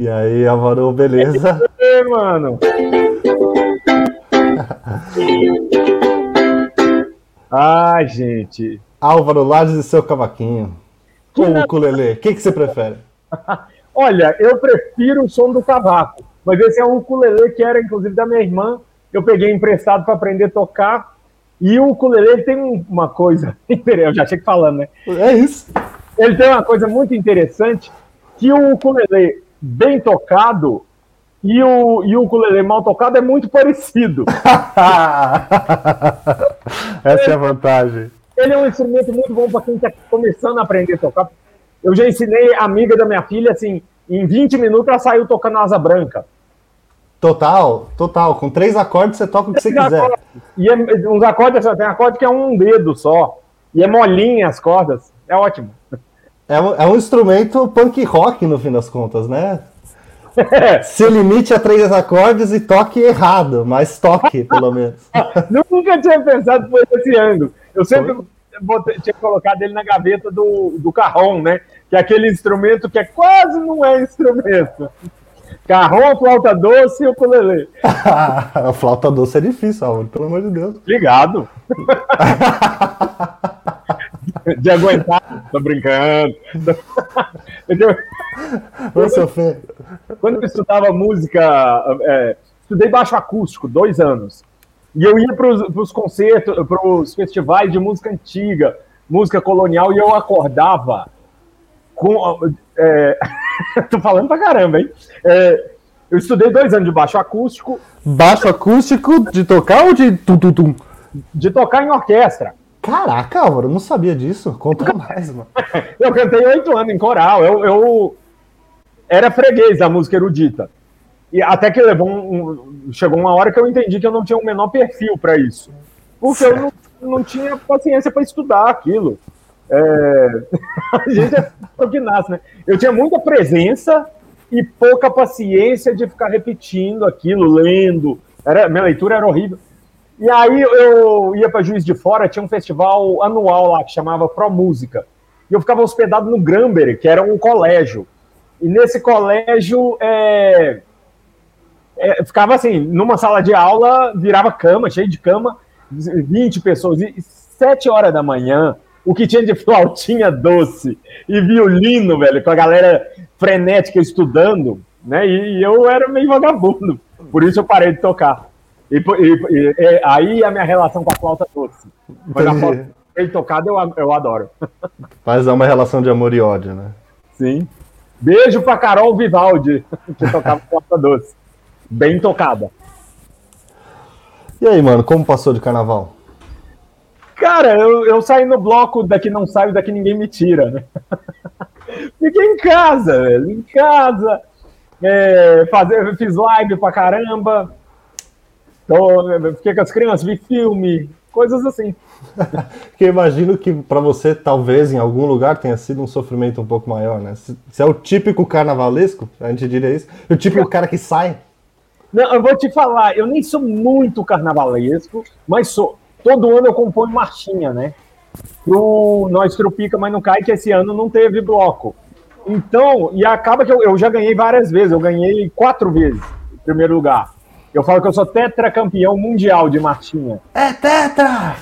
E aí, Álvaro, beleza? E mano? Ai, gente. Álvaro Lages e seu cavaquinho. Ou o ukulele, o que você prefere? Olha, eu prefiro o som do cavaco, mas esse é um ukulele que era, inclusive, da minha irmã. Eu peguei emprestado para aprender a tocar. E o ukulele tem uma coisa... Eu já chego falando, né? É isso. Ele tem uma coisa muito interessante, que o ukulele bem tocado e o ukulele mal tocado é muito parecido. Essa é a vantagem. Ele é um instrumento muito bom para quem está começando a aprender a tocar. Eu já ensinei a amiga da minha filha, assim, em 20 minutos ela saiu tocando Asa Branca. Total. Com 3 acordes você toca o que você quiser. Acordes. E uns acordes, tem acorde que é um dedo só. E é molinha as cordas. É ótimo. É um instrumento punk rock, no fim das contas, né? Se limite a 3 acordes e toque errado, mas toque, pelo menos. Nunca tinha pensado por esse ângulo. Eu sempre tinha colocado ele na gaveta do carrom, né? Que é aquele instrumento que quase não é instrumento. Carrom, flauta doce e ukulele. A flauta doce é difícil, Álvaro, pelo amor de Deus. Obrigado. De aguentar. Tô brincando. Vou sofrer. Quando eu estudava música, estudei baixo acústico, 2 anos. E eu ia para os concertos, para os festivais de música antiga, música colonial, e eu acordava com... Tô falando pra caramba, hein? Eu estudei 2 anos de baixo acústico. Baixo acústico de tocar ou de tum-tum-tum? De tocar em orquestra. Caraca, Álvaro, não sabia disso. Conta mais, mano. Eu cantei 8 anos em coral. Eu era freguês da música erudita. E até que chegou uma hora que eu entendi que eu não tinha o menor perfil para isso. Porque eu não tinha paciência para estudar aquilo. A gente é o que nasce, né? Eu tinha muita presença e pouca paciência de ficar repetindo aquilo, lendo. Minha leitura era horrível. E aí eu ia para Juiz de Fora, tinha um festival anual lá que chamava Pro Música. E eu ficava hospedado no Gramber, que era um colégio. E nesse colégio ficava assim, numa sala de aula, virava cama, cheio de cama, 20 pessoas. E 7 horas da manhã, o que tinha de flautinha doce e violino, velho, com a galera frenética estudando, né? E eu era meio vagabundo. Por isso eu parei de tocar. E aí a minha relação com a flauta doce. Mas a flauta bem tocada eu adoro. Mas é uma relação de amor e ódio, né? Sim. Beijo pra Carol Vivaldi, que tocava flauta doce. Bem tocada. E aí, mano, como passou de carnaval? Cara, eu saí no bloco daqui não saio, daqui ninguém me tira, né? Fiquei em casa, velho. Em casa. Fiz live pra caramba. Fiquei com as crianças, vi filme, coisas assim. Porque eu imagino que pra você, talvez, em algum lugar, tenha sido um sofrimento um pouco maior, né? Você é o típico carnavalesco, a gente diria isso, o típico cara que sai. Não, eu vou te falar, eu nem sou muito carnavalesco, mas sou. Todo ano eu componho marchinha, né? Pro Nós Trupica, mas não cai, que esse ano não teve bloco. Então, e acaba que eu já ganhei várias vezes, eu ganhei 4 vezes em primeiro lugar. Eu falo que eu sou tetracampeão mundial de marchinha. É tetra!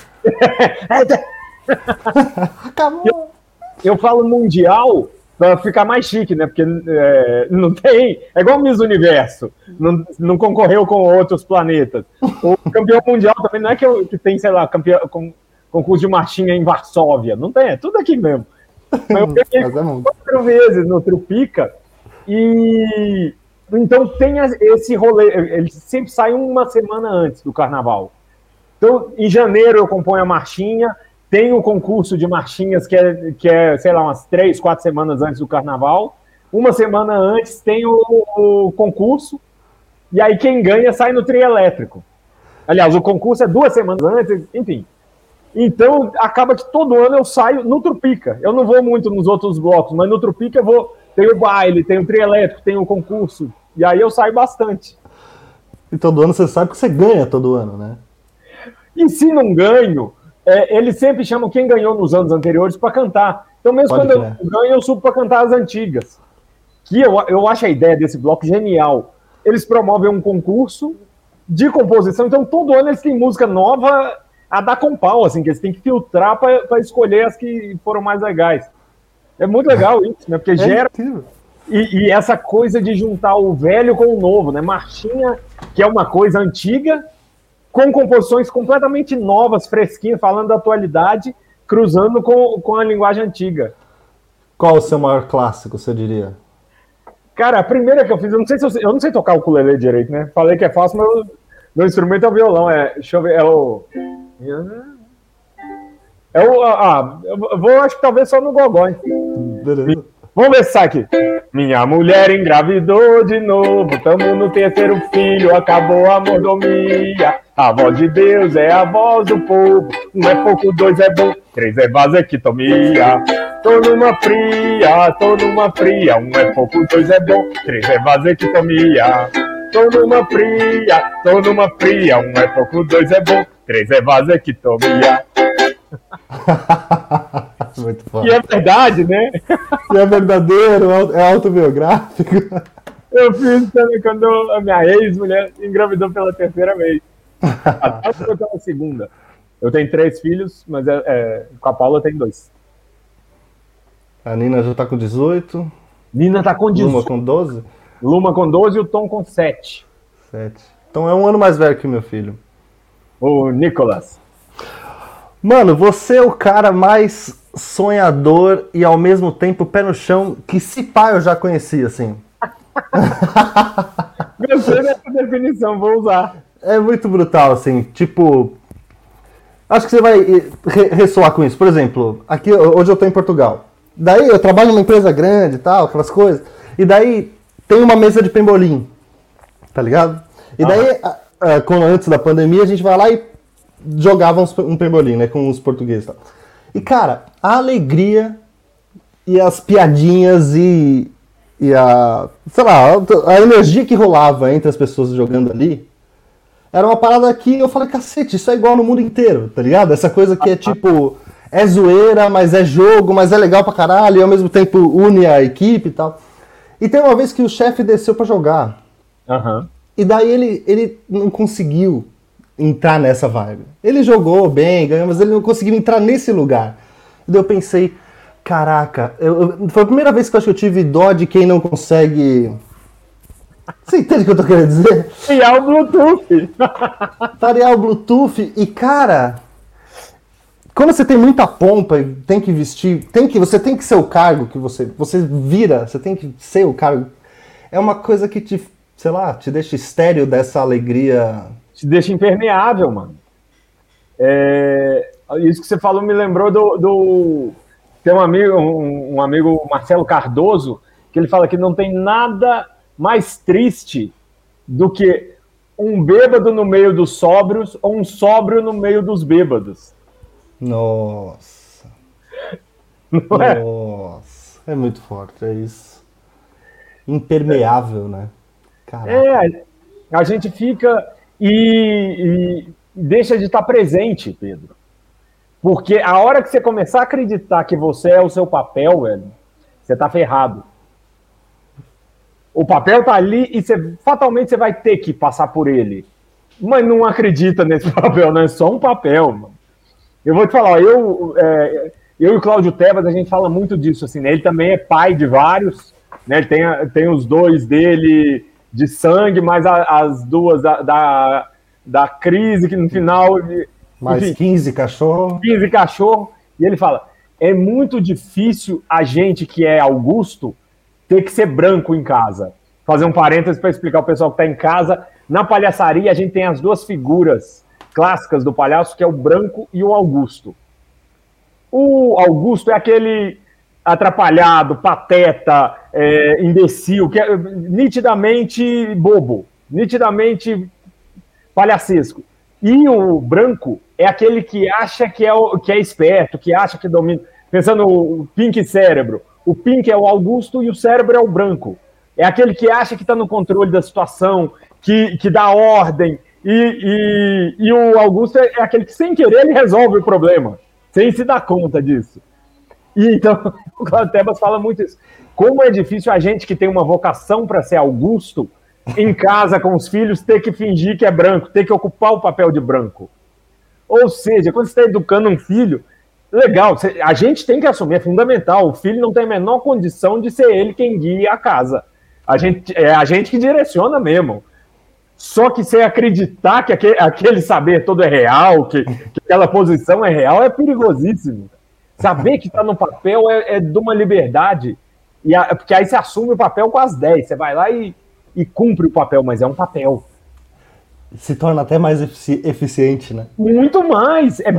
Acabou! Eu falo mundial para ficar mais chique, né? Porque não tem... É igual o Miss Universo. Não concorreu com outros planetas. O campeão mundial também não é que tem, sei lá, concurso de marchinha em Varsóvia. Não tem, é tudo aqui mesmo. Mas eu ganhei 4 vezes no Trupica e... Então tem esse rolê, ele sempre sai uma semana antes do carnaval. Então, em janeiro eu componho a marchinha, tem o concurso de marchinhas que é sei lá, umas 3, 4 semanas antes do carnaval. Uma semana antes tem o concurso, e aí quem ganha sai no trio elétrico. Aliás, o concurso é 2 semanas antes, enfim. Então, acaba que todo ano eu saio no Trupica. Eu não vou muito nos outros blocos, mas no Trupica eu vou... Tem o baile, tem o trio elétrico, tem o concurso. E aí eu saio bastante. E todo ano você sabe que você ganha todo ano, né? E se não ganho, eles sempre chamam quem ganhou nos anos anteriores para cantar. Então mesmo quando eu ganho, eu subo para cantar as antigas. que eu acho a ideia desse bloco genial. Eles promovem um concurso de composição, então todo ano eles têm música nova a dar com pau, assim, que eles têm que filtrar para escolher as que foram mais legais. É muito legal isso, né? Porque gera... E essa coisa de juntar o velho com o novo, né? Marchinha, que é uma coisa antiga, com composições completamente novas, fresquinhas, falando da atualidade, cruzando com a linguagem antiga. Qual o seu maior clássico, você diria? Cara, a primeira que eu fiz, eu não sei tocar o ukulele direito, né? Falei que é fácil, mas meu instrumento é o violão. Deixa eu ver, eu vou, acho que talvez só no gogó, hein? Beleza. Vamos ver se sai aqui. Minha mulher engravidou de novo, tamo no terceiro filho, acabou a mordomia. A voz de Deus é a voz do povo, um é pouco, dois é bom, três é vasectomia. Tô numa fria, um é pouco, dois é bom, três é vasectomia. Tô numa fria, um é pouco, dois é bom, três é vasectomia. Muito forte. E é verdade, né? E é verdadeiro, é autobiográfico. Eu fiz também quando a minha ex-mulher engravidou pela terceira vez. Até pela segunda. Eu tenho 3 filhos, mas com a Paula eu tenho 2. A Nina já tá com 18. Nina tá com 18. Luma com 12? Luma com 12 e o Tom com 7. 7. Então é um ano mais velho que o meu filho. O Nicolas. Mano, você é o cara mais sonhador e ao mesmo tempo pé no chão que se pá eu já conhecia, assim. Gostei dessa definição, vou usar. É muito brutal, assim, tipo... Acho que você vai ressoar com isso. Por exemplo, aqui, hoje eu tô em Portugal. Daí eu trabalho numa empresa grande e tal, aquelas coisas. E daí tem uma mesa de pembolim, tá ligado? E daí, antes da pandemia, a gente vai lá e jogava um pembolim, né, com os portugueses e tal. E, cara, a alegria e as piadinhas e a, sei lá, a energia que rolava entre as pessoas jogando ali era uma parada que eu falei, cacete, isso é igual no mundo inteiro, tá ligado? Essa coisa que é tipo, é zoeira, mas é jogo, mas é legal pra caralho, e ao mesmo tempo une a equipe e tal. E tem uma vez que o chefe desceu pra jogar. E daí ele não conseguiu entrar nessa vibe. Ele jogou bem, ganhou, mas ele não conseguiu entrar nesse lugar. E daí eu pensei, caraca, foi a primeira vez que eu acho que eu tive dó de quem não consegue... Você entende o que eu tô querendo dizer? Parear o Bluetooth. Parear o Bluetooth. E, cara, quando você tem muita pompa e tem que vestir, você tem que ser o cargo que você vira, você tem que ser o cargo. É uma coisa que te, sei lá, te deixa estéril dessa alegria. Te deixa impermeável, mano. Isso que você falou me lembrou tem um amigo, Marcelo Cardoso, que ele fala que não tem nada mais triste do que um bêbado no meio dos sóbrios ou um sóbrio no meio dos bêbados. Nossa. Não é? Nossa. É muito forte, é isso. Impermeável, né? Caraca. A gente fica e deixa de estar presente, Pedro. Porque a hora que você começar a acreditar que você é o seu papel, velho, você tá ferrado. O papel tá ali e fatalmente você vai ter que passar por ele. Mas não acredita nesse papel, não é só um papel, mano. Eu vou te falar, eu e o Cláudio Tebas, a gente fala muito disso, assim, né? Ele também é pai de vários, né? Ele tem os 2 dele de sangue, mas as 2 da crise, que no final... Mais enfim, 15 cachorro. 15 cachorro. E ele fala, é muito difícil a gente que é Augusto ter que ser branco em casa. Fazer um parênteses para explicar o pessoal que está em casa. Na palhaçaria, a gente tem as 2 figuras clássicas do palhaço, que é o branco e o Augusto. O Augusto é aquele atrapalhado, pateta, imbecil, que é nitidamente bobo, nitidamente palhacesco. E o branco é aquele que acha que é esperto, que acha que domina. Pensando no Pink Cérebro. O Pink é o Augusto e o Cérebro é o branco. É aquele que acha que está no controle da situação, que dá ordem. E o Augusto é aquele que, sem querer, ele resolve o problema, sem se dar conta disso. E então, o Cláudio Tebas fala muito isso. Como é difícil a gente que tem uma vocação para ser Augusto, em casa com os filhos, ter que fingir que é branco, ter que ocupar o papel de branco. Ou seja, quando você está educando um filho, legal, a gente tem que assumir, é fundamental. O filho não tem a menor condição de ser ele quem guia a casa. É a gente que direciona mesmo. Só que você acreditar que aquele saber todo é real, que aquela posição é real, é perigosíssimo. Saber que está no papel é de uma liberdade, porque aí você assume o papel com as 10. Você vai lá e cumpre o papel, mas é um papel. Se torna até mais eficiente, né? Muito mais. É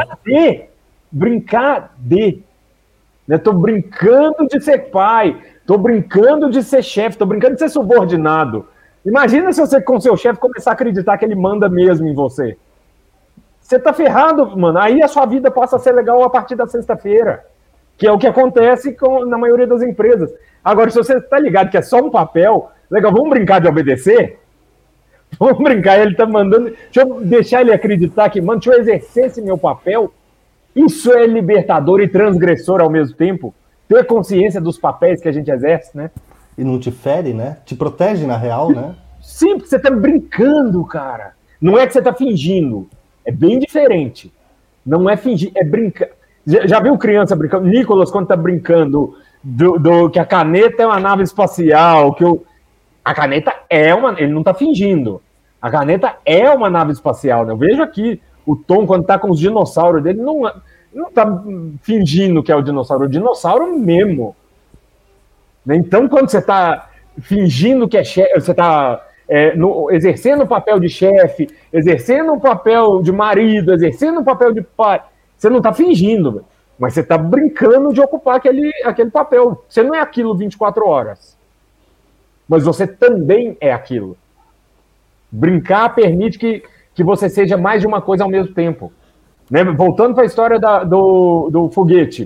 brincar de. Né? Tô brincando de ser pai, tô brincando de ser chefe, tô brincando de ser subordinado. Imagina se você com seu chefe começar a acreditar que ele manda mesmo em você. Você tá ferrado, mano. Aí a sua vida passa a ser legal a partir da sexta-feira, que é o que acontece na maioria das empresas. Agora, se você tá ligado que é só um papel, legal, vamos brincar de obedecer? Vamos brincar, ele tá mandando... Deixa eu deixar ele acreditar que, mano, deixa eu exercer esse meu papel. Isso é libertador e transgressor ao mesmo tempo. Ter consciência dos papéis que a gente exerce, né? E não te fere, né? Te protege, na real, né? Sim, porque você tá brincando, cara. Não é que você tá fingindo. É bem diferente. Não é fingir, é brincar. Já viu criança brincando? Nicolas, quando tá brincando que a caneta é uma nave espacial, a caneta é uma... Ele não tá fingindo. A caneta é uma nave espacial, né? Eu vejo aqui o Tom, quando tá com os dinossauros dele, não tá fingindo que é o dinossauro mesmo. Então, quando você tá fingindo que é chefe, você tá exercendo o papel de chefe, exercendo o papel de marido, exercendo o papel de pai, você não tá fingindo, mas você tá brincando de ocupar aquele papel. Você não é aquilo 24 horas. Mas você também é aquilo. Brincar permite que você seja mais de uma coisa ao mesmo tempo. Né? Voltando para a história do foguete.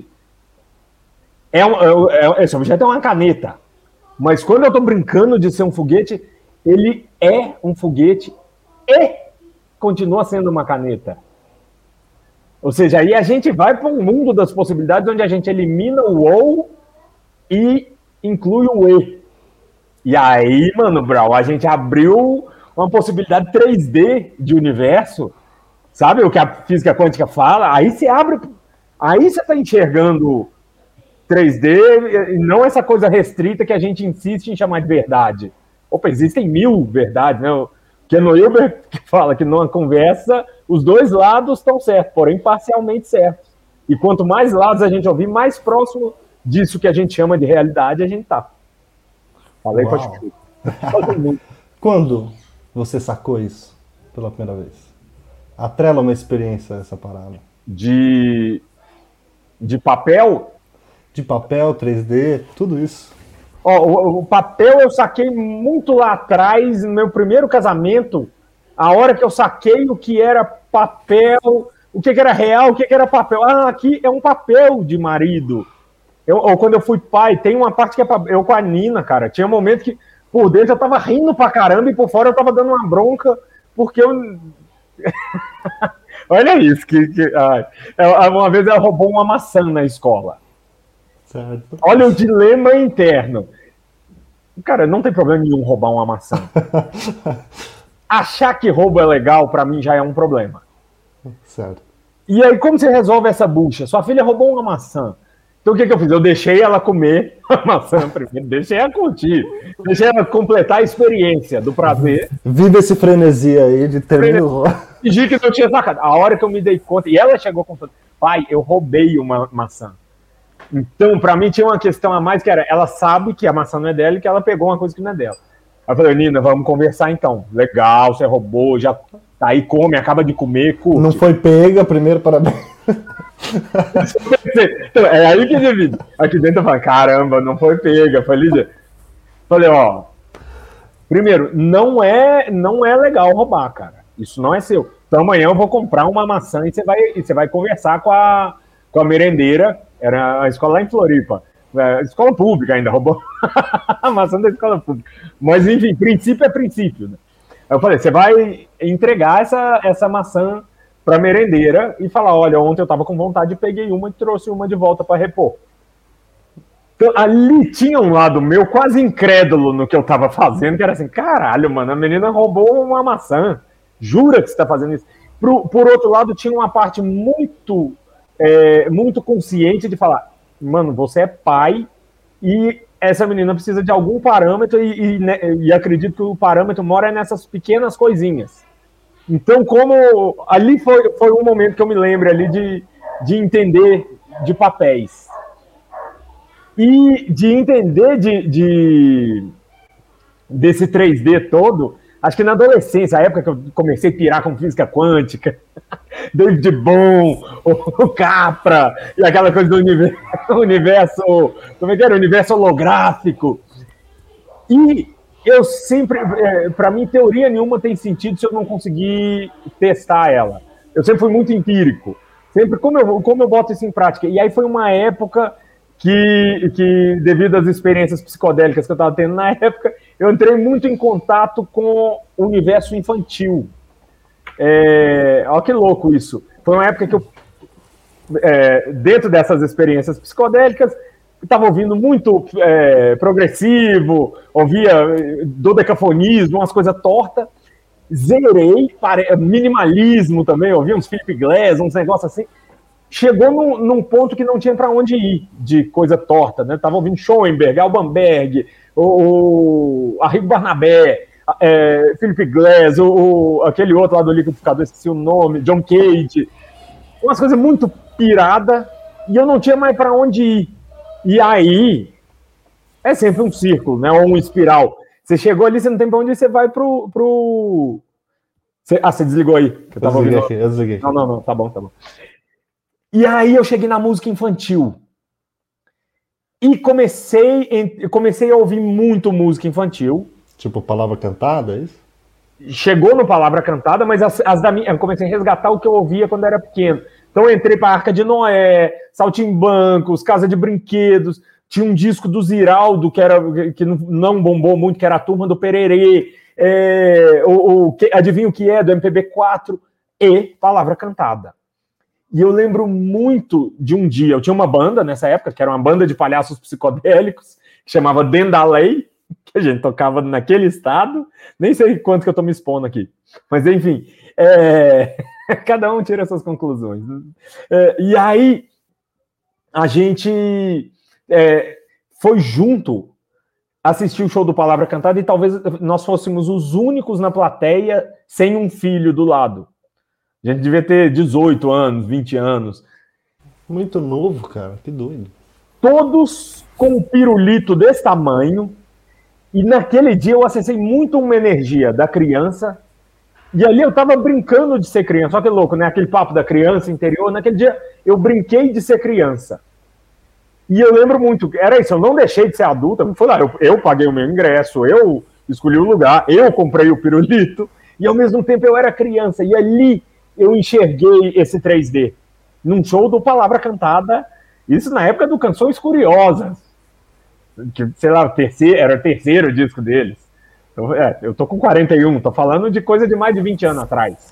Esse objeto é uma caneta. Mas quando eu estou brincando de ser um foguete, ele é um foguete e continua sendo uma caneta. Ou seja, aí a gente vai para um mundo das possibilidades onde a gente elimina o ou e inclui o e. E aí, mano, Brau, a gente abriu uma possibilidade 3D de universo, sabe o que a física quântica fala? Aí você abre, aí você está enxergando 3D e não essa coisa restrita que a gente insiste em chamar de verdade. Opa, existem 1000 verdades, né? O Ken Wilber fala que numa conversa os dois lados estão certos, porém parcialmente certos. E quanto mais lados a gente ouvir, mais próximo disso que a gente chama de realidade a gente tá. Falei com todo mundo. Quando você sacou isso pela primeira vez? Atrela uma experiência essa parada. De papel? De papel, 3D, tudo isso. O papel eu saquei muito lá atrás, no meu primeiro casamento, a hora que eu saquei o que era papel, o que era real, o que era papel. Ah, aqui é um papel de marido. Ou quando eu fui pai, tem uma parte que é eu com a Nina, cara. Tinha um momento que por dentro eu tava rindo pra caramba e por fora eu tava dando uma bronca, porque eu... Olha isso. Uma vez ela roubou uma maçã na escola. Certo. Olha o dilema interno. Cara, não tem problema nenhum roubar uma maçã. Achar que roubo é legal, pra mim, já é um problema. Certo. E aí, como você resolve essa bucha? Sua filha roubou uma maçã. Então, o que eu fiz? Eu deixei ela comer a maçã primeiro, deixei ela curtir, deixei ela completar a experiência do prazer. Viva esse frenesi aí de terminar. Fingi que não tinha sacado. A hora que eu me dei conta, e ela chegou com pai, eu roubei uma maçã. Então, pra mim, tinha uma questão a mais, que era, ela sabe que a maçã não é dela e que ela pegou uma coisa que não é dela. Aí eu falei, Nina, vamos conversar então. Legal, você roubou, já tá aí, come, acaba de comer, curte. Não foi pega, primeiro, parabéns. Então, é aí que divide. Aqui dentro eu falo, caramba, não foi pega, foi ligeiro. Falei, ó, primeiro, não é legal roubar, cara. Isso não é seu. Então amanhã eu vou comprar uma maçã e você vai conversar com a merendeira. Era a escola lá em Floripa. Escola pública ainda, roubou a maçã da escola pública. Mas enfim, princípio é princípio, né? Aí eu falei, você vai entregar essa maçã pra merendeira e falar, olha, ontem eu tava com vontade, peguei uma e trouxe uma de volta para repor. Então, ali tinha um lado meu quase incrédulo no que eu tava fazendo, que era assim, caralho, mano, a menina roubou uma maçã. Jura que você tá fazendo isso? Por outro lado, tinha uma parte muito, muito consciente de falar, mano, você é pai e essa menina precisa de algum parâmetro e acredito que o parâmetro mora nessas pequenas coisinhas. Então, como ali foi um momento que eu me lembro ali de entender de papéis. E de entender desse 3D todo, acho que na adolescência, a época que eu comecei a pirar com física quântica, David Bohm, o Capra, e aquela coisa do universo, como é que era? Universo holográfico. E eu sempre, para mim, teoria nenhuma tem sentido se eu não conseguir testar ela. Eu sempre fui muito empírico. Sempre como eu boto isso em prática. E aí foi uma época que devido às experiências psicodélicas que eu estava tendo na época, eu entrei muito em contato com o universo infantil. Olha que louco isso. Foi uma época que eu, dentro dessas experiências psicodélicas, estava ouvindo muito progressivo, ouvia dodecafonismo, umas coisas tortas. Zerei, minimalismo também, ouvia uns Philip Glass, uns negócios assim. Chegou num ponto que não tinha para onde ir de coisa torta, né? Tava ouvindo Schoenberg, Alban Berg, Arrigo Barnabé, Philip Glass, aquele outro lá do liquidificador, esqueci o nome, John Cage, umas coisas muito pirada, e eu não tinha mais para onde ir. E aí, é sempre um círculo, né? Ou uma espiral. Você chegou ali, você não tem para onde ir, você vai pro... Você desligou aí. Que eu tava ouvindo aqui, eu desliguei. Não, tá bom. E aí eu cheguei na música infantil. E comecei a ouvir muito música infantil. Tipo, palavra cantada, é isso? Chegou no Palavra Cantada, mas as da minha, eu comecei a resgatar o que eu ouvia quando era pequeno. Então eu entrei para Arca de Noé, Saltimbancos, Casa de Brinquedos. Tinha um disco do Ziraldo, que não bombou muito, que era a Turma do Pererê. Adivinha o que é, do MPB4 e Palavra Cantada. E eu lembro muito de um dia, eu tinha uma banda nessa época, que era uma banda de palhaços psicodélicos, que chamava Dendalei, que a gente tocava naquele estado, nem sei quanto que eu tô me expondo aqui, mas enfim, cada um tira suas conclusões. E aí, a gente foi junto assistir o show do Palavra Cantada e talvez nós fôssemos os únicos na plateia sem um filho do lado. A gente devia ter 18 anos, 20 anos. Muito novo, cara. Que doido. Todos com um pirulito desse tamanho. E naquele dia eu acessei muito uma energia da criança. E ali eu tava brincando de ser criança. Olha que louco, né? Aquele papo da criança interior. Naquele dia eu brinquei de ser criança. E eu lembro muito, era isso, eu não deixei de ser adulto. Eu paguei o meu ingresso, eu escolhi o lugar, eu comprei o pirulito. E ao mesmo tempo eu era criança. E ali eu enxerguei esse 3D num show do Palavra Cantada, isso na época do Canções Curiosas, que, sei lá, era o terceiro disco deles. Então, eu tô com 41, tô falando de coisa de mais de 20 anos atrás.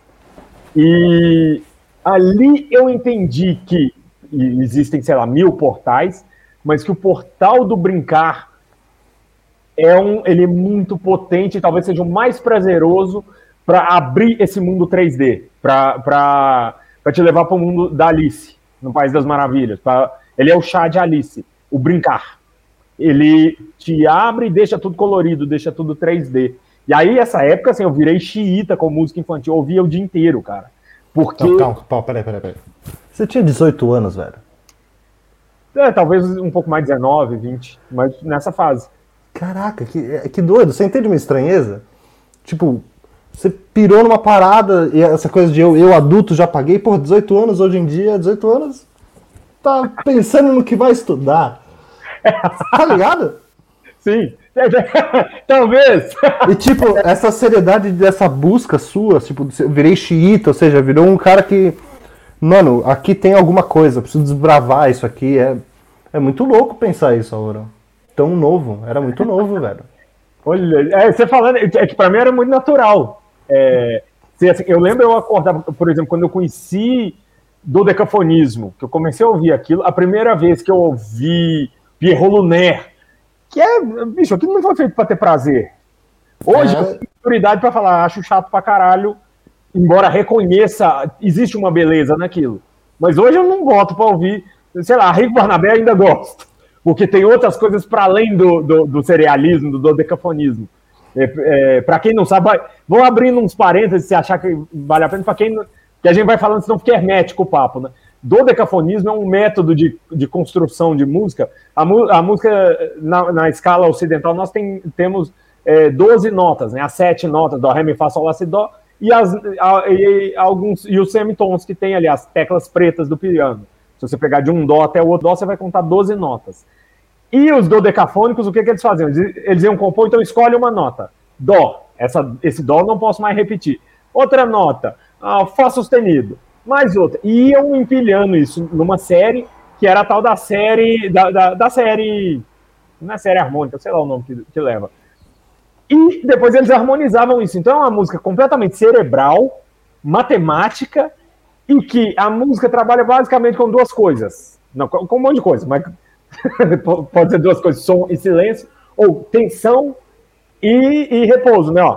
E ali eu entendi que existem, sei lá, 1000 portais, mas que o portal do brincar ele é muito potente, talvez seja o mais prazeroso para abrir esse mundo 3D, para te levar para o mundo da Alice, no País das Maravilhas. Ele é o chá de Alice, o brincar. Ele te abre e deixa tudo colorido, deixa tudo 3D. E aí, essa época, assim, eu virei xiita com música infantil, eu ouvia o dia inteiro, cara. Porque... Calma, peraí. Você tinha 18 anos, velho? Talvez um pouco mais, 19, 20, mas nessa fase. Caraca, que doido. Você entende minha estranheza? Tipo... Você pirou numa parada, e essa coisa de eu adulto já paguei, 18 anos hoje em dia, 18 anos, tá pensando no que vai estudar. Tá ligado? Sim, talvez. E tipo, essa seriedade dessa busca sua, tipo, eu virei xiita, ou seja, virou um cara que, mano, aqui tem alguma coisa, preciso desbravar isso aqui. É muito louco pensar isso, Aura. Tão novo, era muito novo, velho. Olha, você falando, é que pra mim era muito natural. Assim, eu lembro eu acordava, por exemplo, quando eu conheci dodecafonismo, que eu comecei a ouvir aquilo, a primeira vez que eu ouvi Pierrot Lunaire, que bicho, aquilo não foi feito para ter prazer. Hoje eu tenho autoridade para falar, acho chato pra caralho, embora reconheça, existe uma beleza naquilo. Mas hoje eu não boto para ouvir, sei lá, Rico Barnabé ainda gosto, porque tem outras coisas para além do cerealismo, do dodecafonismo. Para quem não sabe, vou abrindo uns parênteses se achar que vale a pena, para quem não, que a gente vai falando, senão fica hermético o papo, né? Dodecafonismo é um método de construção de música. A música, na escala ocidental, nós temos 12 notas, né? As 7 notas, Dó, Ré, Mi, Fá, Sol, Lá, Si, Dó, e os semitons que tem ali, as teclas pretas do piano. Se você pegar de um Dó até o outro Dó, você vai contar 12 notas. E os dodecafônicos, o que eles faziam? Eles iam compor, então escolhe uma nota. Dó. Esse Dó não posso mais repetir. Outra nota, Fá sustenido. Mais outra. E iam empilhando isso numa série, que era a tal da série. Da série. Não é série harmônica, sei lá o nome que leva. E depois eles harmonizavam isso. Então é uma música completamente cerebral, matemática, e que a música trabalha basicamente com duas coisas. Não, com um monte de coisa, mas pode ser duas coisas: som e silêncio, ou tensão e repouso, né? Ó.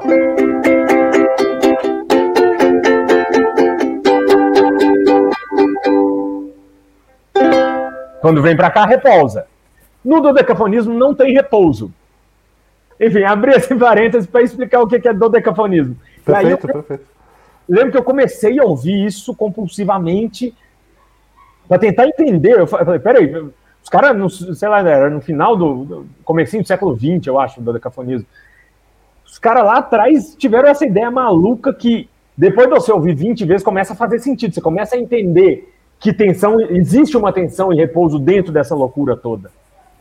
Quando vem para cá, repousa. No dodecafonismo não tem repouso. Enfim, abri esse parênteses para explicar o que é dodecafonismo. Perfeito, perfeito. Lembro que eu comecei a ouvir isso compulsivamente para tentar entender. Eu falei, peraí, os caras, sei lá, era no final do comecinho do século XX, eu acho, do dodecafonismo. Os caras lá atrás tiveram essa ideia maluca que depois de você ouvir 20 vezes começa a fazer sentido. Você começa a entender que existe uma tensão e repouso dentro dessa loucura toda.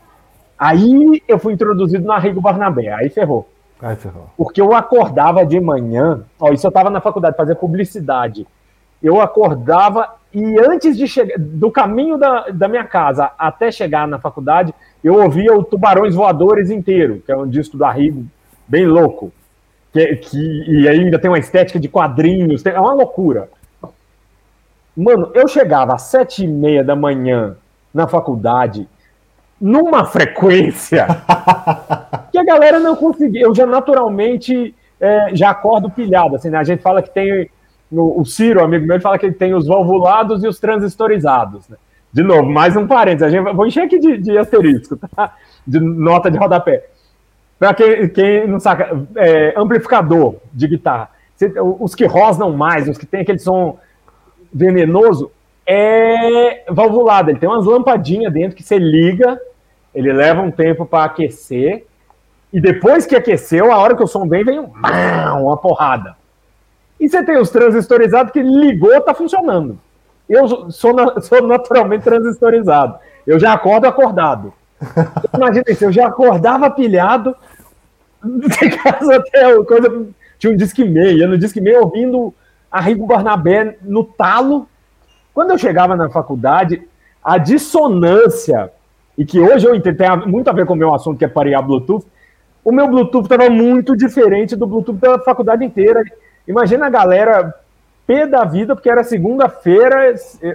Aí eu fui introduzido no Arrigo Barnabé, aí ferrou. Porque eu acordava de manhã, isso eu estava na faculdade, fazer publicidade. Eu acordava e antes de chegar, do caminho da minha casa até chegar na faculdade, eu ouvia o Tubarões Voadores inteiro, que é um disco do Arrigo, bem louco. E ainda tem uma estética de quadrinhos, é uma loucura. Mano, eu chegava às 7h30 da manhã na faculdade, numa frequência que a galera não conseguia. Eu já naturalmente já acordo pilhado. Assim, né? A gente fala que tem o Ciro, amigo meu, ele fala que ele tem os valvulados e os transistorizados. Né? De novo, mais um parênteses. Vou encher aqui de asterisco, tá? De nota de rodapé. Para quem não saca, amplificador de guitarra. Os que rosnam mais, os que tem aquele som venenoso, é valvulado. Ele tem umas lampadinhas dentro que você liga, ele leva um tempo para aquecer, e depois que aqueceu, a hora que o som vem uma porrada. E você tem os transistorizados que ligou, tá funcionando. Eu sou naturalmente transistorizado. Eu já acordo acordado. Imagina isso, eu já acordava pilhado, de casa até coisa. Tinha um Discman, ia no Discman ouvindo Arrigo Barnabé no talo. Quando eu chegava na faculdade, a dissonância, e que hoje eu entendo, tem muito a ver com o meu assunto, que é parear Bluetooth, o meu Bluetooth estava muito diferente do Bluetooth da faculdade inteira. Imagina a galera pé da vida, porque era segunda-feira,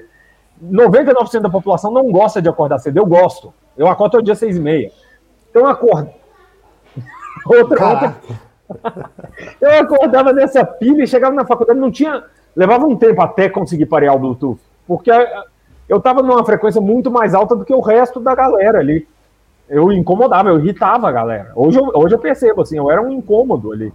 99% da população não gosta de acordar cedo, eu gosto. Eu acordo todo dia 6h30. Então eu acordo. Eu acordava nessa pilha e chegava na faculdade, levava um tempo até conseguir parear o Bluetooth, porque eu estava numa frequência muito mais alta do que o resto da galera ali. Eu incomodava, eu irritava a galera. Hoje eu percebo, assim, eu era um incômodo ali.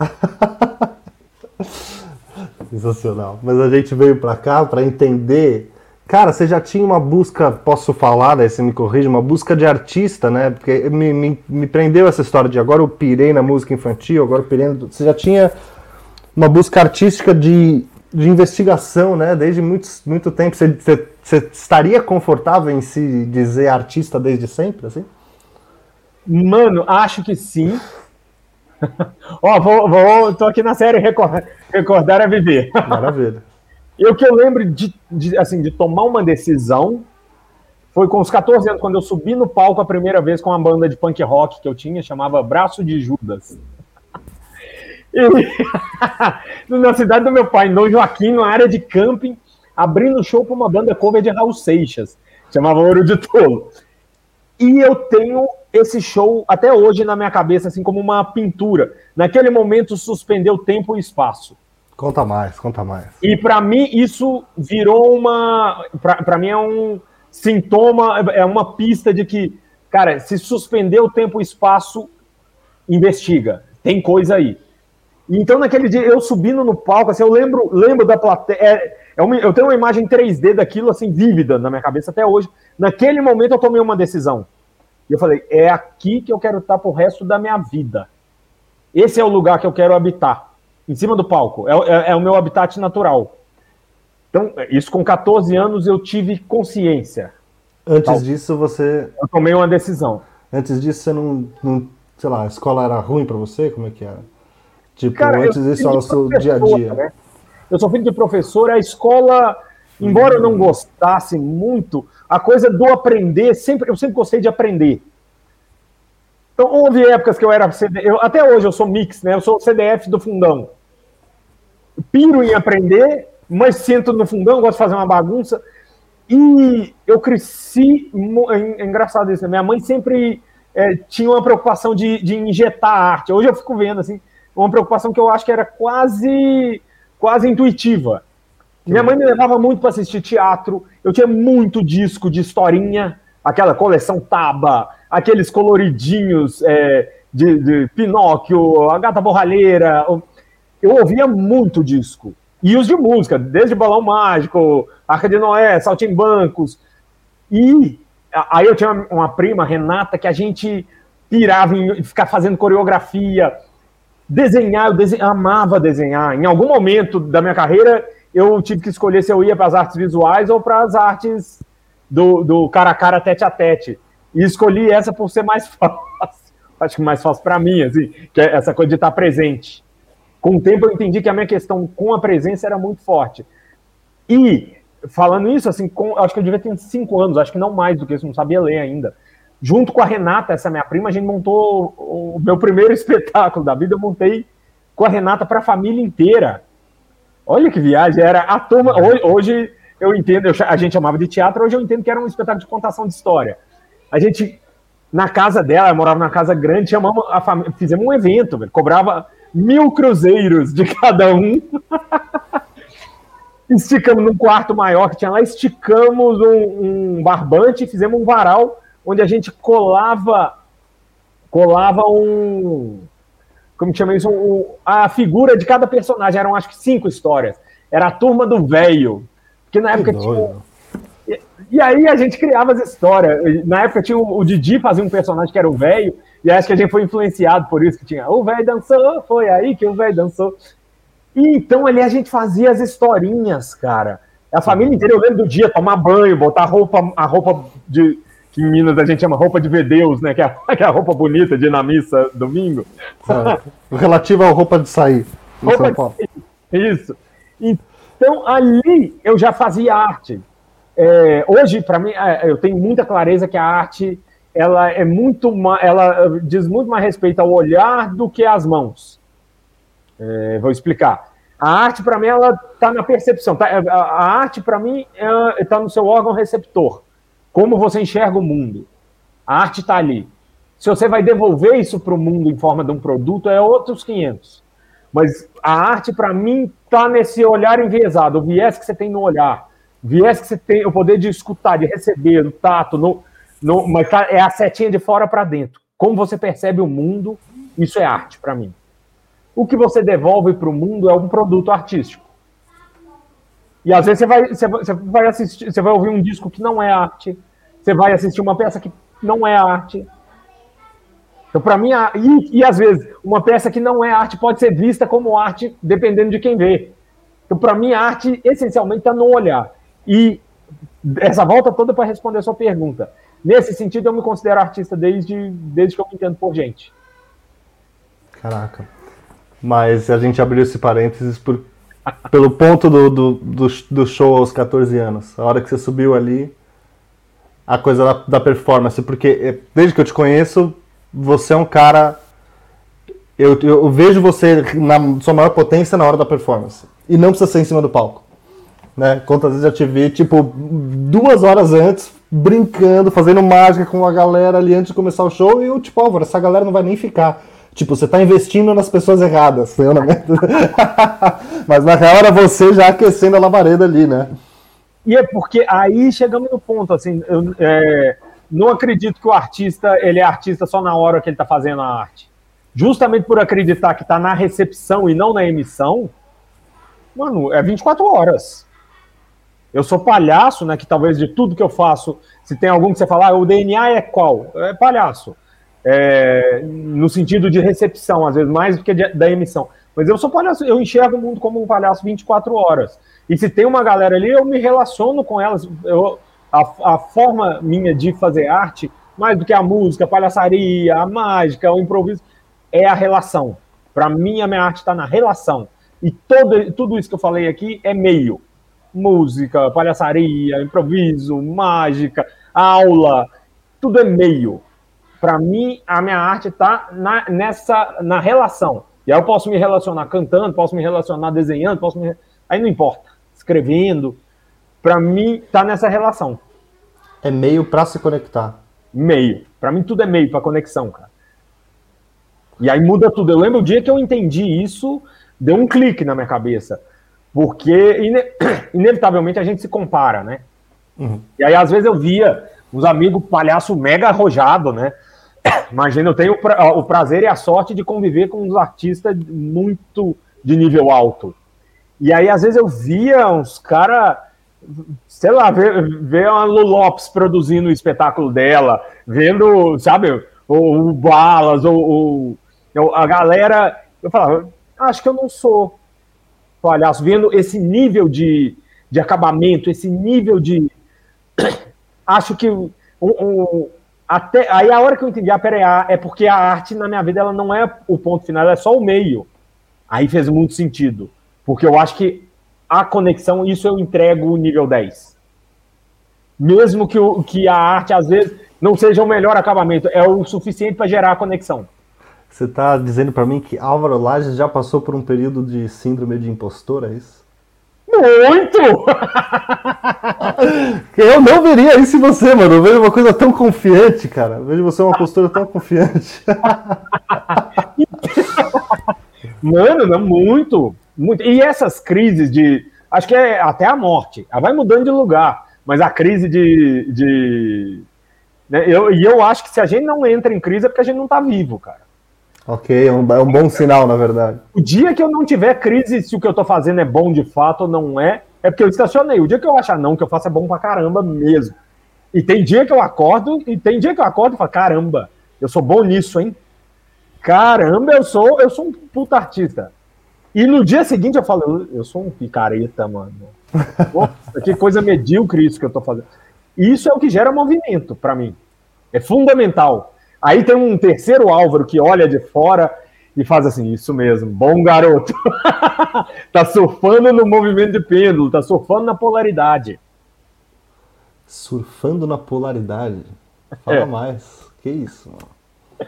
Sensacional. Mas a gente veio pra cá pra entender. Cara, você já tinha uma busca, posso falar, daí você me corrige, uma busca de artista, né? Porque me prendeu essa história de agora eu pirei na música infantil, agora eu pirei no... Você já tinha uma busca artística de investigação, né? Desde muito tempo. Você estaria confortável em se dizer artista desde sempre, assim? Mano, acho que sim. Tô aqui na série Recordar é Viver. Maravilha. O que eu lembro de tomar uma decisão foi com os 14 anos, quando eu subi no palco a primeira vez com uma banda de punk rock que eu tinha, chamava Braço de Judas. E, na cidade do meu pai, em Dom Joaquim, numa área de camping, abrindo show para uma banda cover de Raul Seixas, chamava Ouro de Tolo. E eu tenho esse show até hoje na minha cabeça, assim como uma pintura. Naquele momento suspendeu tempo e espaço. Conta mais, conta mais. E para mim isso virou uma... Para mim é um sintoma, é uma pista de que, cara, se suspendeu tempo e espaço, investiga. Tem coisa aí. Então naquele dia, eu subindo no palco, assim, eu lembro da plateia... eu tenho uma imagem 3D daquilo, assim, vívida na minha cabeça até hoje. Naquele momento eu tomei uma decisão. E eu falei, é aqui que eu quero estar pro resto da minha vida. Esse é o lugar que eu quero habitar. Em cima do palco. É o meu habitat natural. Então, isso com 14 anos eu tive consciência. Antes disso, você... Eu tomei uma decisão. Antes disso, você não sei lá, a escola era ruim pra você? Como é que era? Tipo, Cara, antes disso era o seu dia a dia. Né? Eu sou filho de professor, a escola, embora eu não gostasse muito, a coisa do aprender, eu sempre gostei de aprender. Então, houve épocas que eu era até hoje eu sou mix, né? Eu sou CDF do fundão. Piro em aprender, mas sento no fundão, gosto de fazer uma bagunça. E eu cresci, é engraçado isso, né? Minha mãe sempre tinha uma preocupação de injetar arte. Hoje eu fico vendo, assim, uma preocupação que eu acho que era quase intuitiva. Minha mãe me levava muito para assistir teatro, eu tinha muito disco de historinha, aquela coleção Taba, aqueles coloridinhos de Pinóquio, a Gata Borralheira. Eu ouvia muito disco. E os de música, desde Balão Mágico, Arca de Noé, Saltimbancos. E aí eu tinha uma prima, Renata, que a gente pirava em ficar fazendo coreografia, desenhar, eu amava desenhar. Em algum momento da minha carreira, eu tive que escolher se eu ia para as artes visuais ou para as artes do cara a cara, tete a tete. E escolhi essa por ser mais fácil. Acho que mais fácil para mim, assim, que é essa coisa de estar presente. Com o tempo eu entendi que a minha questão com a presença era muito forte. E, falando isso, assim, acho que eu devia ter 5 anos, acho que não mais do que isso, não sabia ler ainda. Junto com a Renata, essa minha prima, a gente montou o meu primeiro espetáculo da vida, eu montei com a Renata para a família inteira. Olha que viagem, era a turma... Hoje eu entendo, a gente chamava de teatro, hoje eu entendo que era um espetáculo de contação de história. A gente, na casa dela, eu morava numa casa grande, chamamos a família, fizemos um evento, velho, cobrava 1.000 cruzeiros de cada um. Esticamos num quarto maior que tinha lá, esticamos um barbante, fizemos um varal onde a gente colava como chama isso? A figura de cada personagem. Eram acho que 5 histórias. Era a turma do véio. Porque na época tinha. E aí a gente criava as histórias. Na época tinha o Didi fazia um personagem que era o véio. E acho que a gente foi influenciado por isso que tinha. O véio dançou, foi aí que o véio dançou. E então ali a gente fazia as historinhas, cara. A família inteira, eu lembro do dia, tomar banho, botar a roupa de. Que em Minas a gente chama roupa de vedeus, né? Que é a roupa bonita de ir na missa domingo. Relativo à roupa de sair. Roupa isso. Então ali eu já fazia arte. Hoje, para mim, eu tenho muita clareza que a arte ela diz muito mais respeito ao olhar do que às mãos. Vou explicar. A arte, para mim, ela está na percepção. A arte, para mim, está no seu órgão receptor. Como você enxerga o mundo. A arte está ali. Se você vai devolver isso para o mundo em forma de um produto, é outros 500. Mas a arte, para mim, está nesse olhar enviesado. O viés que você tem no olhar. O viés que você tem, o poder de escutar, de receber, do tato. Mas é a setinha de fora para dentro. Como você percebe o mundo, isso é arte para mim. O que você devolve para o mundo é um produto artístico. E às vezes você vai assistir, você vai ouvir um disco que não é arte, você vai assistir uma peça que não é arte. Então, para mim, e às vezes, uma peça que não é arte pode ser vista como arte, dependendo de quem vê. Então, para mim, a arte essencialmente está no olhar. E essa volta toda para responder a sua pergunta. Nesse sentido, eu me considero artista desde que eu me entendo por gente. Caraca. Mas a gente abriu esse parênteses pelo ponto do show aos 14 anos. A hora que você subiu ali, a coisa da performance. Porque desde que eu te conheço, você é um cara Eu vejo você na sua maior potência na hora da performance. E não precisa ser em cima do palco. Né? Quantas vezes eu te vi, tipo, 2 horas antes, brincando, fazendo mágica com a galera ali antes de começar o show, e eu, tipo, Álvaro, essa galera não vai nem ficar. Tipo, você tá investindo nas pessoas erradas. Mas na real era você já aquecendo a labareda ali, né? E é porque aí chegamos no ponto, assim, eu não acredito que o artista, ele é artista só na hora que ele tá fazendo a arte. Justamente por acreditar que tá na recepção e não na emissão, mano, é 24 horas. Eu sou palhaço, né, que talvez de tudo que eu faço, se tem algum que você falar, o DNA é qual? É palhaço. No sentido de recepção, às vezes, mais do que da emissão. Mas eu sou palhaço, eu enxergo o mundo como um palhaço 24 horas. E se tem uma galera ali, eu me relaciono com elas. A forma minha de fazer arte, mais do que a música, a palhaçaria, a mágica, o improviso, é a relação. Para mim, a minha arte está na relação. E tudo isso que eu falei aqui é meio. Música, palhaçaria, improviso, mágica, aula, tudo é meio. Para mim, a minha arte está na relação. E aí eu posso me relacionar cantando, posso me relacionar desenhando, aí não importa, escrevendo. Para mim, está nessa relação. É meio para se conectar. Meio. Para mim, tudo é meio para conexão, cara. E aí muda tudo. Eu lembro o dia que eu entendi isso, deu um clique na minha cabeça. Porque, inevitavelmente, a gente se compara, né? Uhum. E aí, às vezes, eu via uns amigos palhaço mega arrojado, né? Imagina, eu tenho o prazer e a sorte de conviver com uns artistas muito de nível alto. E aí, às vezes, eu via uns caras, sei lá, ver a Lu Lopes produzindo o espetáculo dela, vendo, sabe, o Balas, a galera. Eu falava, acho que eu não sou palhaço, vendo esse nível de acabamento, esse nível de... Acho que... Até aí a hora que eu entendi, é porque a arte na minha vida ela não é o ponto final, ela é só o meio. Aí fez muito sentido. Porque eu acho que a conexão, isso eu entrego o nível 10. Mesmo que a arte, às vezes, não seja o melhor acabamento, é o suficiente para gerar a conexão. Você está dizendo para mim que Álvaro Lages já passou por um período de síndrome de impostor, é isso? Muito! Eu não veria isso em você, mano. Eu vejo uma coisa tão confiante, cara. Eu vejo você uma postura tão confiante. Mano, não, muito. E essas crises de... Acho que é até a morte. Ela vai mudando de lugar. Mas a crise né, eu acho que se a gente não entra em crise é porque a gente não tá vivo, cara. Ok, é um bom sinal, na verdade. O dia que eu não tiver crise se o que eu tô fazendo é bom de fato ou não é porque eu estacionei. O dia que eu achar não, que eu faço é bom pra caramba mesmo. E tem dia que eu acordo e falo, caramba, eu sou bom nisso, hein? Caramba, eu sou um puta artista. E no dia seguinte eu falo, eu sou um picareta, mano. Nossa, que coisa medíocre isso que eu tô fazendo. Isso é o que gera movimento pra mim. É fundamental. Aí tem um terceiro Álvaro que olha de fora e faz assim, isso mesmo, bom garoto. Tá surfando no movimento de pêndulo, tá surfando na polaridade. Surfando na polaridade? Fala mais. Que isso, mano?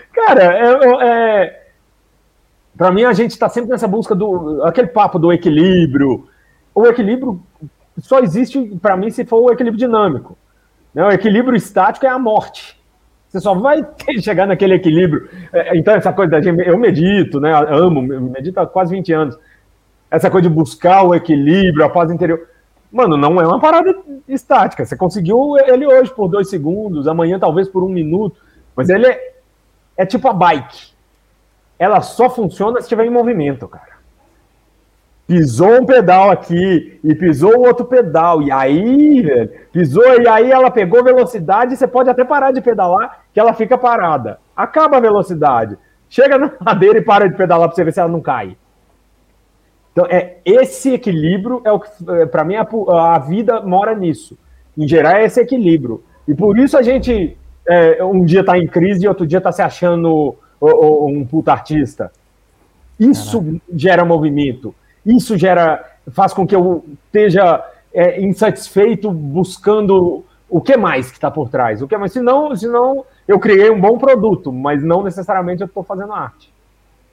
Cara, pra mim a gente tá sempre nessa busca aquele papo do equilíbrio. O equilíbrio só existe pra mim se for o equilíbrio dinâmico. O equilíbrio estático é a morte. Você só vai chegar naquele equilíbrio. Então, essa coisa da gente, eu medito, né? Medito há quase 20 anos. Essa coisa de buscar o equilíbrio, a paz interior. Mano, não é uma parada estática. Você conseguiu ele hoje por 2 segundos, amanhã talvez por 1 minuto. Mas ele é tipo a bike. Ela só funciona se estiver em movimento, cara. Pisou um pedal aqui e pisou o outro pedal. E aí, velho, pisou e aí ela pegou velocidade. Você pode até parar de pedalar, que ela fica parada. Acaba a velocidade. Chega na madeira e para de pedalar para você ver se ela não cai. Então, esse equilíbrio é o que, para mim, a vida mora nisso. Em gerar esse equilíbrio. E por isso a gente um dia tá em crise e outro dia tá se achando um puta artista. Isso gera movimento. Isso faz com que eu esteja insatisfeito buscando o que mais que está por trás. O que mais? Senão eu criei um bom produto, mas não necessariamente eu estou fazendo arte.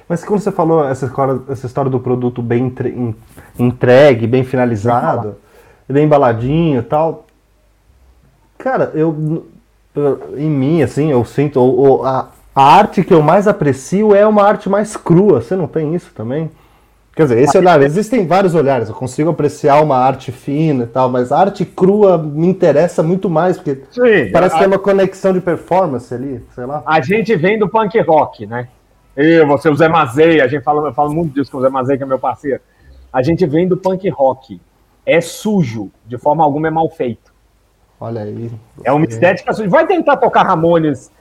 Mas quando você falou essa história do produto bem entregue, bem finalizado, bem embaladinho e tal, cara, em mim, assim, eu sinto, a arte que eu mais aprecio é uma arte mais crua. Você não tem isso também? Quer dizer, esse olhar, existem vários olhares, eu consigo apreciar uma arte fina e tal, mas a arte crua me interessa muito mais, porque parece que tem uma conexão de performance ali, sei lá. A gente vem do punk rock, né? Você, o Zé Mazei, eu falo muito disso com o Zé Mazei, que é meu parceiro. A gente vem do punk rock. É sujo, de forma alguma é mal feito. Olha aí. É uma estética suja. Vai tentar tocar Ramones.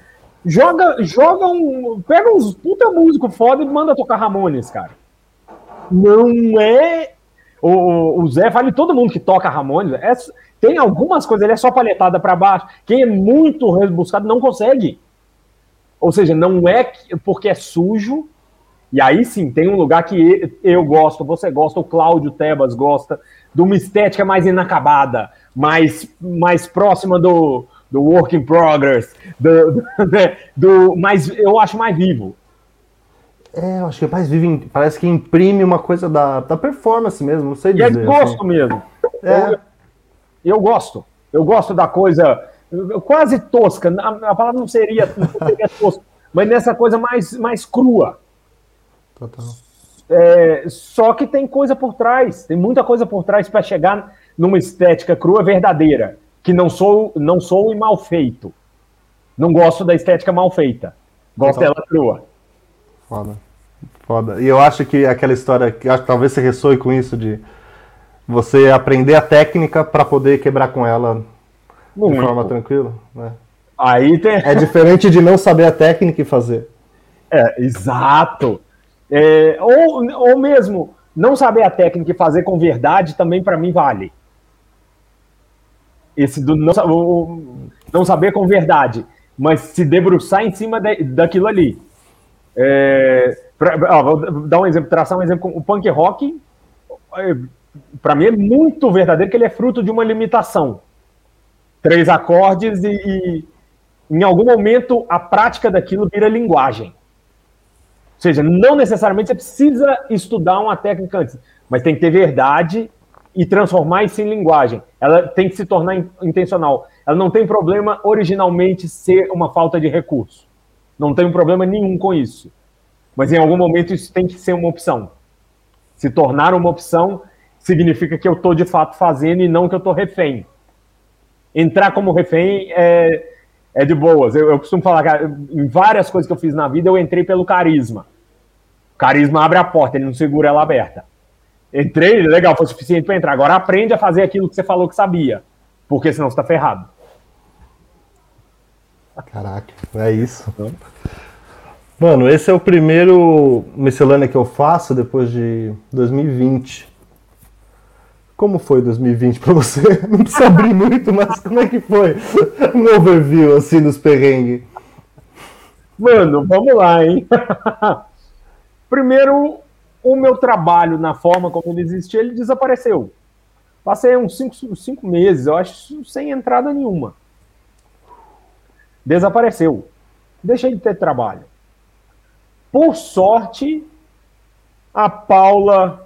Pega uns puta músico foda e manda tocar Ramones, cara. Não é. O Zé vale todo mundo que toca Ramones. Tem algumas coisas, ele é só palhetada para baixo. Quem é muito rebuscado não consegue. Ou seja, não é porque é sujo. E aí sim, tem um lugar que eu gosto, você gosta, o Cláudio Tebas gosta, de uma estética mais inacabada, mais próxima do work in progress, mais, eu acho mais vivo. Eu acho que é mais vivo, parece que imprime uma coisa da performance mesmo, não sei dizer. E é de gosto assim. Mesmo. Eu gosto. Eu gosto da coisa quase tosca, a palavra não seria tosca, mas nessa coisa mais crua. Total. Só que tem coisa por trás, tem muita coisa por trás para chegar numa estética crua verdadeira, que não sou e mal feito. Não gosto da estética mal feita. Gosto dela crua. Foda. E eu acho que aquela história, que talvez você ressoe com isso, de você aprender a técnica para poder quebrar com ela de forma tranquila, né? Aí tem... É diferente de não saber a técnica e fazer. Exato. Ou mesmo não saber a técnica e fazer com verdade também para mim vale. Esse do não saber com verdade, mas se debruçar em cima daquilo ali. Vou dar um exemplo, traçar um exemplo. O punk rock, para mim, é muito verdadeiro, que ele é fruto de uma limitação. 3 acordes e em algum momento a prática daquilo vira linguagem. Ou seja, não necessariamente você precisa estudar uma técnica antes, mas tem que ter verdade e transformar isso em linguagem. Ela tem que se tornar intencional. Ela não tem problema originalmente ser uma falta de recurso. Não tem problema nenhum com isso. Mas em algum momento isso tem que ser uma opção. Se tornar uma opção significa que eu estou de fato fazendo e não que eu estou refém. Entrar como refém é de boas. Eu costumo falar que em várias coisas que eu fiz na vida eu entrei pelo carisma. O carisma abre a porta, ele não segura ela aberta. Entrei, legal, foi suficiente para entrar. Agora aprende a fazer aquilo que você falou que sabia, porque senão você está ferrado. Caraca, é isso. Mano, esse é o primeiro miscelânea que eu faço depois de 2020. Como foi 2020 pra você? Não precisa abrir muito, mas como é que foi? Um overview, assim, dos perrengues. Mano, vamos lá, hein? Primeiro, o meu trabalho, na forma como ele existia, ele desapareceu. Passei uns 5 meses, eu acho, sem entrada nenhuma. Desapareceu. Deixei de ter trabalho. Por sorte, a Paula,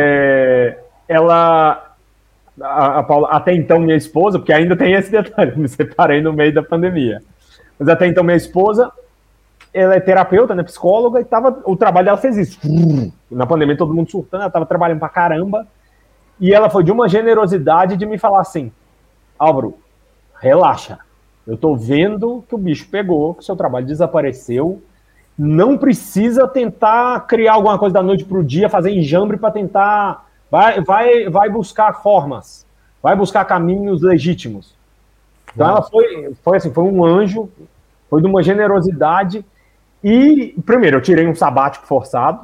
a Paula, até então minha esposa, porque ainda tem esse detalhe, eu me separei no meio da pandemia, mas até então minha esposa, ela é terapeuta, né, psicóloga, e o trabalho dela fez isso. Na pandemia todo mundo surtando, ela estava trabalhando pra caramba, e ela foi de uma generosidade de me falar assim: Álvaro, relaxa, eu tô vendo que o bicho pegou, que o seu trabalho desapareceu, não precisa tentar criar alguma coisa da noite pro dia, fazer enjambre para tentar... Vai buscar formas, vai buscar caminhos legítimos. Então ela foi assim, foi um anjo, foi de uma generosidade. E, primeiro, eu tirei um sabático forçado.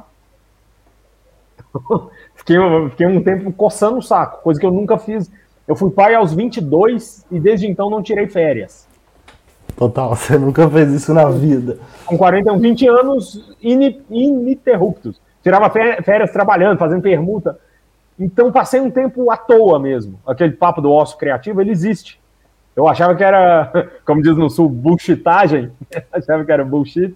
fiquei um tempo coçando o saco, coisa que eu nunca fiz. Eu fui pai aos 22 e desde então não tirei férias. Total, você nunca fez isso na vida. Com 20 anos ininterruptos. Tirava férias trabalhando, fazendo permuta. Então passei um tempo à toa mesmo. Aquele papo do ócio criativo, ele existe. Eu achava que era, como diz no sul, bullshitagem. Achava que era bullshit.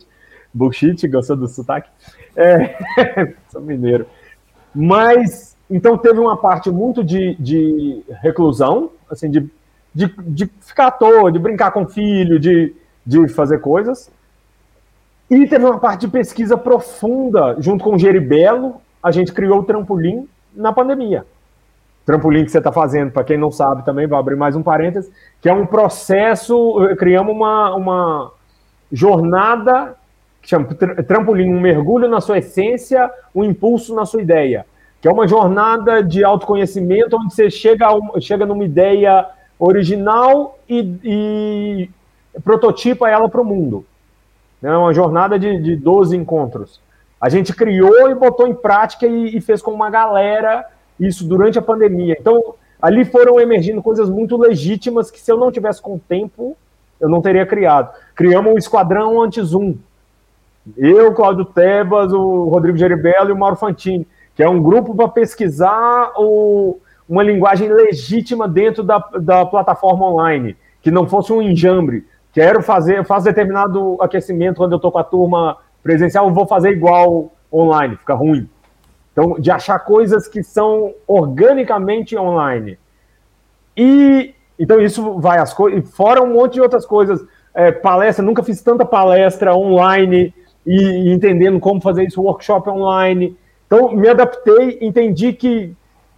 Bullshit, gostou do sotaque? Sou mineiro. Mas, então teve uma parte muito de reclusão, assim, de ficar à toa, de brincar com o filho, de fazer coisas. E teve uma parte de pesquisa profunda, junto com o Geribello, a gente criou o Trampolim na pandemia. Trampolim que você está fazendo, para quem não sabe também, vou abrir mais um parênteses, que é um processo, criamos uma jornada que chama Trampolim, um mergulho na sua essência, um impulso na sua ideia, que é uma jornada de autoconhecimento onde você chega numa ideia original e prototipa ela para o mundo. É uma jornada de 12 encontros. A gente criou e botou em prática e fez com uma galera isso durante a pandemia. Então, ali foram emergindo coisas muito legítimas que se eu não tivesse com tempo, eu não teria criado. Criamos um esquadrão anti-Zoom. Eu, Cláudio Tebas, o Rodrigo Geribello e o Mauro Fantini, que é um grupo para pesquisar uma linguagem legítima dentro da plataforma online, que não fosse um enjambre. Eu faço determinado aquecimento quando eu estou com a turma presencial, eu vou fazer igual online, fica ruim. Então, de achar coisas que são organicamente online. Então, isso vai às coisas, fora um monte de outras coisas. Palestra, nunca fiz tanta palestra online e entendendo como fazer isso, workshop online. Então, me adaptei, entendi que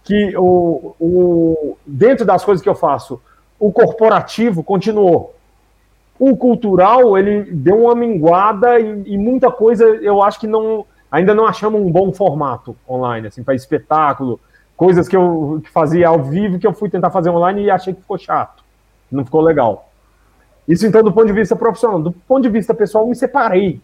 dentro das coisas que eu faço, o corporativo continuou. O cultural, ele deu uma minguada e muita coisa, eu acho que ainda não achamos um bom formato online, assim, para espetáculo, coisas que eu fazia ao vivo, que eu fui tentar fazer online e achei que ficou chato, não ficou legal. Isso, então, do ponto de vista profissional. Do ponto de vista pessoal, me separei.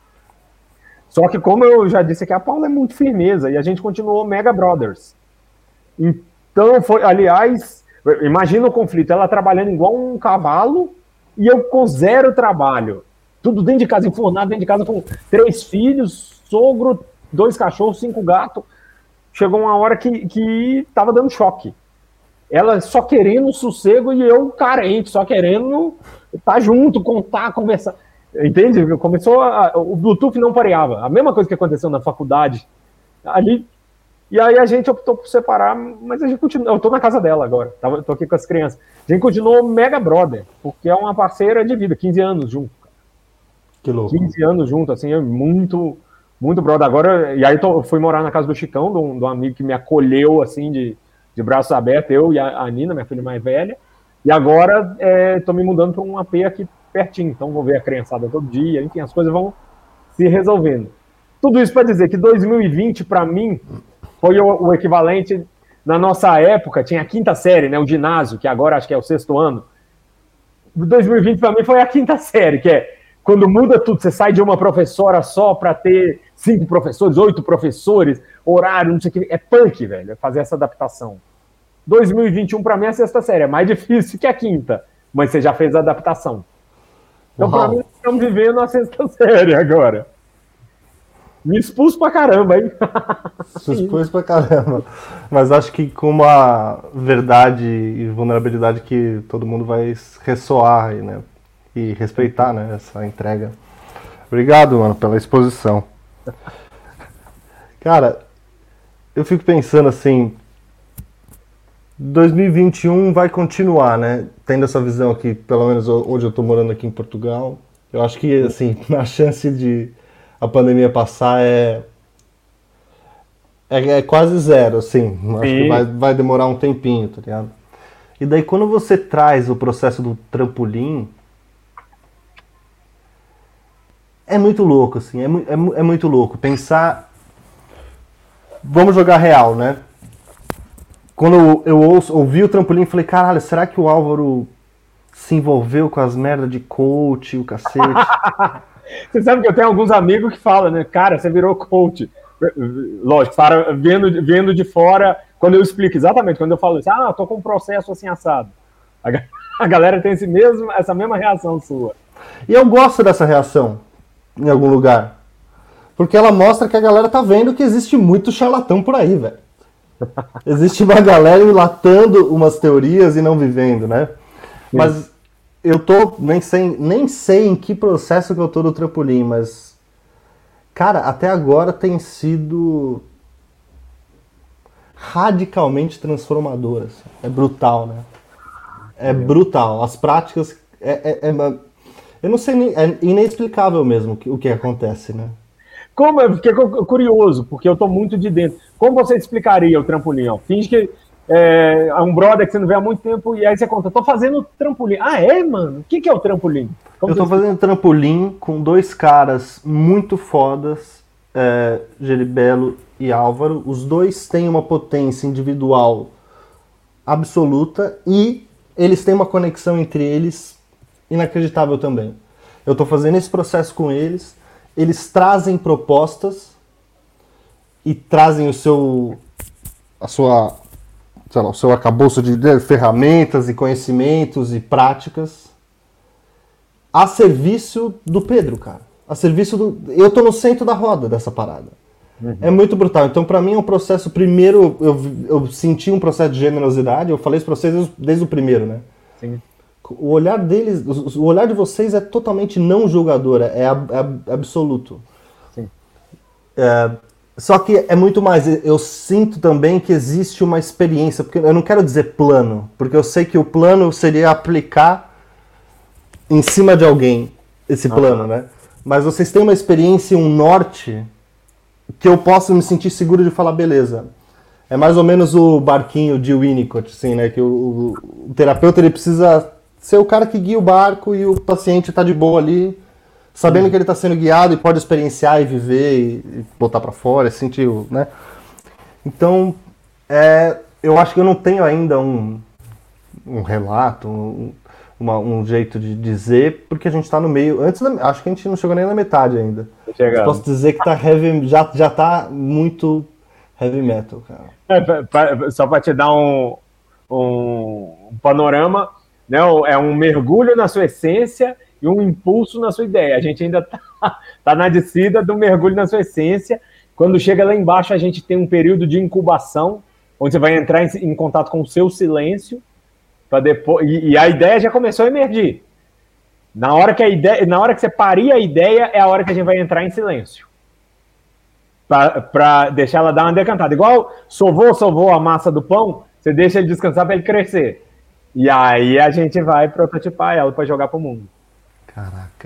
Só que, como eu já disse aqui, a Paula é muito firmeza e a gente continuou Mega Brothers. Então, aliás, imagina o conflito, ela trabalhando igual um cavalo e eu com zero trabalho. Tudo dentro de casa, enfornado dentro de casa com 3 filhos, sogro, 2 cachorros, 5 gatos. Chegou uma hora que tava dando choque. Ela só querendo sossego e eu carente, só querendo estar junto, contar, conversar. Entende? Começou o Bluetooth não pareava. A mesma coisa que aconteceu na faculdade. Ali. E aí a gente optou por separar, mas a gente continua. Eu tô na casa dela agora, tô aqui com as crianças. A gente continuou Mega Brother, porque é uma parceira de vida, 15 anos junto. Que louco. 15 anos junto, assim, é muito, muito brother. Agora, e aí fui morar na casa do Chicão, de um amigo que me acolheu, assim, de braços abertos, eu e a Nina, minha filha mais velha. E agora tô me mudando para um AP aqui pertinho, então vou ver a criançada todo dia, enfim, as coisas vão se resolvendo. Tudo isso para dizer que 2020, para mim, foi o equivalente, na nossa época, tinha a 5ª série, né, o ginásio, que agora acho que é o 6º ano. 2020 para mim foi a 5ª série, que é quando muda tudo, você sai de uma professora só para ter 5 professores, 8 professores, horário, não sei o que, é punk, velho, fazer essa adaptação. 2021 para mim é a 6ª série, é mais difícil que a 5ª, mas você já fez a adaptação. Então, para mim, estamos vivendo a 6ª série agora. Me expulso pra caramba, hein? Se expôs pra caramba. Mas acho que com uma verdade e vulnerabilidade que todo mundo vai ressoar aí, né? E respeitar, né? Essa entrega. Obrigado, mano, pela exposição. Cara, eu fico pensando assim, 2021 vai continuar, né? Tendo essa visão aqui, pelo menos hoje eu tô morando aqui em Portugal. Eu acho que, assim, a chance de a pandemia passar é quase zero, assim. Acho que vai demorar um tempinho, tá ligado? E daí quando você traz o processo do trampolim, é muito louco, assim, é muito louco. Pensar... Vamos jogar real, né? Quando eu ouvi o trampolim, falei, caralho, será que o Álvaro se envolveu com as merdas de coach, o cacete? Você sabe que eu tenho alguns amigos que falam, né? Cara, você virou coach. Lógico, vendo de fora, quando eu explico exatamente, quando eu falo assim, tô com um processo assim assado. A galera tem essa mesma reação sua. E eu gosto dessa reação, em algum lugar. Porque ela mostra que a galera tá vendo que existe muito charlatão por aí, velho. Existe uma galera enlatando umas teorias e não vivendo, né? Sim. Mas eu tô, nem sei em que processo que eu tô do trampolim, mas Cara, até agora tem sido radicalmente transformador. Assim. É brutal, né? É brutal. As práticas. Eu não sei, é inexplicável mesmo o que acontece, né? Como eu fiquei curioso, porque eu tô muito de dentro. Como você explicaria o trampolim? Ó? Finge que é um brother que você não vê há muito tempo, e aí você conta, tô fazendo trampolim. Ah, é, mano? O que é o trampolim? Eu tô fazendo trampolim com dois caras muito fodas, Geribello e Álvaro. Os dois têm uma potência individual absoluta e eles têm uma conexão entre eles inacreditável também. Eu tô fazendo esse processo com eles, eles trazem propostas e trazem o seu arcabouço de ferramentas e conhecimentos e práticas a serviço do Pedro, cara. A serviço do... Eu tô no centro da roda dessa parada. Uhum. É muito brutal. Então, pra mim, é um processo... Primeiro, eu senti um processo de generosidade. Eu falei isso pra vocês desde o primeiro, né? Sim. O olhar deles... O olhar de vocês é totalmente não julgador. É absoluto. Sim. Só que é muito mais... Eu sinto também que existe uma experiência. Porque eu não quero dizer plano. Porque eu sei que o plano seria aplicar em cima de alguém esse plano, né? Mas vocês têm uma experiência, um norte, que eu posso me sentir seguro de falar, beleza. É mais ou menos o barquinho de Winnicott, assim, né? Que o terapeuta, ele precisa ser o cara que guia o barco e o paciente tá de boa ali, sabendo que ele tá sendo guiado e pode experienciar e viver e botar pra fora, sentir, né? Então, eu acho que eu não tenho ainda um relato, um jeito de dizer, porque a gente tá no meio. Acho que a gente não chegou nem na metade ainda. Posso dizer que tá já tá muito heavy metal, cara. Só para te dar um panorama, né? É um mergulho na sua essência e um impulso na sua ideia. A gente ainda tá na descida do mergulho na sua essência. Quando chega lá embaixo, a gente tem um período de incubação, onde você vai entrar em contato com o seu silêncio. Depois, e a ideia já começou a emergir. Na hora que você parir a ideia, é a hora que a gente vai entrar em silêncio. Para deixar ela dar uma decantada. Igual sovou a massa do pão, você deixa ele descansar para ele crescer. E aí a gente vai prototipar ela para jogar pro mundo. Caraca.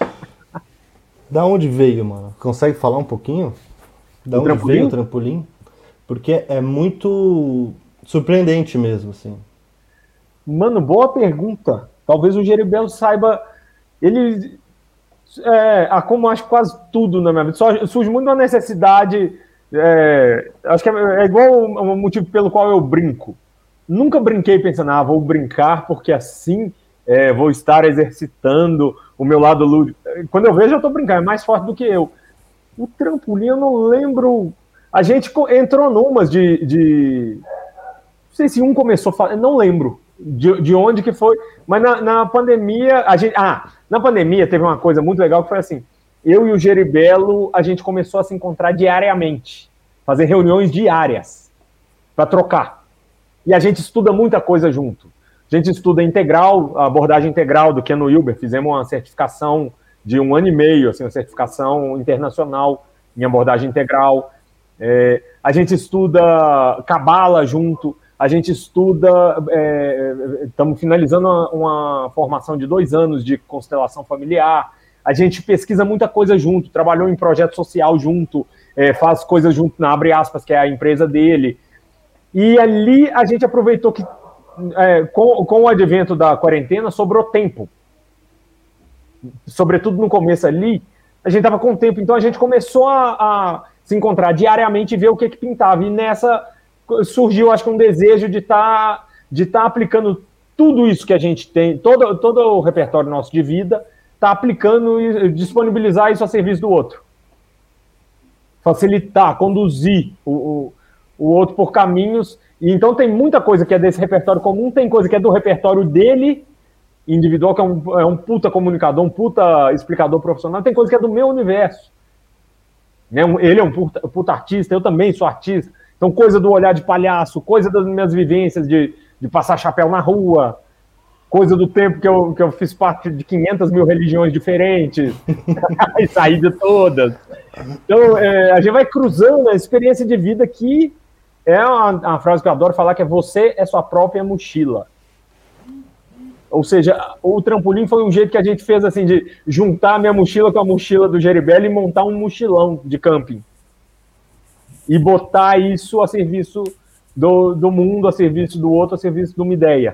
Da onde veio, mano? Consegue falar um pouquinho? Da onde veio o trampolim? Porque é muito surpreendente mesmo, assim. Mano, boa pergunta. Talvez o Geribello saiba. Ele. Como acho quase tudo na minha vida. Surge muito uma necessidade. Acho que é igual o motivo pelo qual eu brinco. Nunca brinquei pensando, vou brincar porque assim vou estar exercitando o meu lado lúdico. Quando eu vejo, eu tô brincando, é mais forte do que eu. O trampolim, eu não lembro. A gente entrou numas de... Não sei se um começou a falar, não lembro. De onde que foi, mas na pandemia na pandemia teve uma coisa muito legal que foi assim, eu e o Geribello, a gente começou a se encontrar diariamente, fazer reuniões diárias para trocar, e a gente estuda muita coisa junto. A gente estuda integral, a abordagem integral do Ken Wilber, fizemos uma certificação de 1 ano e meio, assim, uma certificação internacional em abordagem integral. A gente estuda Cabala junto. A gente estuda, estamos finalizando uma formação de 2 anos de constelação familiar. A gente pesquisa muita coisa junto, trabalhou em projeto social junto, faz coisas junto na Abre Aspas, que é a empresa dele. E ali a gente aproveitou que, com o advento da quarentena, sobrou tempo. Sobretudo no começo ali, a gente estava com tempo, então a gente começou a se encontrar diariamente e ver o que pintava. E nessa surgiu, acho que, um desejo de estar aplicando tudo isso que a gente tem, todo o repertório nosso de vida, tá aplicando e disponibilizar isso a serviço do outro. Facilitar, conduzir o outro por caminhos. E então tem muita coisa que é desse repertório comum, tem coisa que é do repertório dele, individual, que é um puta comunicador, um puta explicador profissional, tem coisa que é do meu universo. Ele é um puta artista, eu também sou artista. Então, coisa do olhar de palhaço, coisa das minhas vivências de passar chapéu na rua. coisa do tempo que eu fiz parte de 500 mil religiões diferentes, e saí de todas. Então, a gente vai cruzando a experiência de vida que é uma frase que eu adoro falar, que é você é sua própria mochila. Ou seja, o trampolim foi um jeito que a gente fez assim, de juntar a minha mochila com a mochila do Geribelli e montar um mochilão de camping. E botar isso a serviço do mundo, a serviço do outro, a serviço de uma ideia.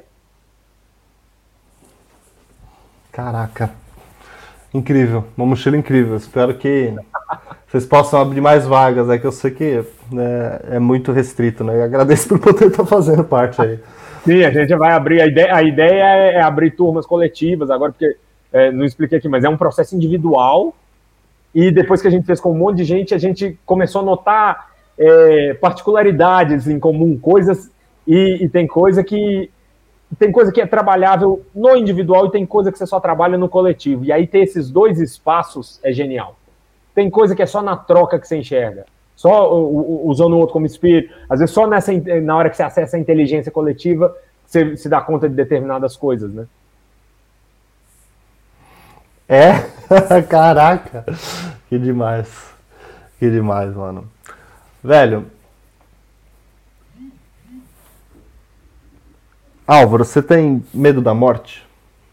Caraca. Incrível. Uma mochila incrível. Espero que vocês possam abrir mais vagas, que eu sei que é muito restrito, né? Eu agradeço por poder estar fazendo parte aí. Sim, a gente vai abrir. A ideia é abrir turmas coletivas, agora, porque não expliquei aqui, mas é um processo individual. E depois que a gente fez com um monte de gente, a gente começou a notar particularidades em comum, coisas. E tem coisa que é trabalhável no individual e tem coisa que você só trabalha no coletivo. E aí ter esses dois espaços é genial. Tem coisa que é só na troca que você enxerga. Só usando o outro como espelho. Às vezes só na hora que você acessa a inteligência coletiva, você se dá conta de determinadas coisas, né? Caraca. Que demais. Que demais, mano. Velho. Álvaro, você tem medo da morte?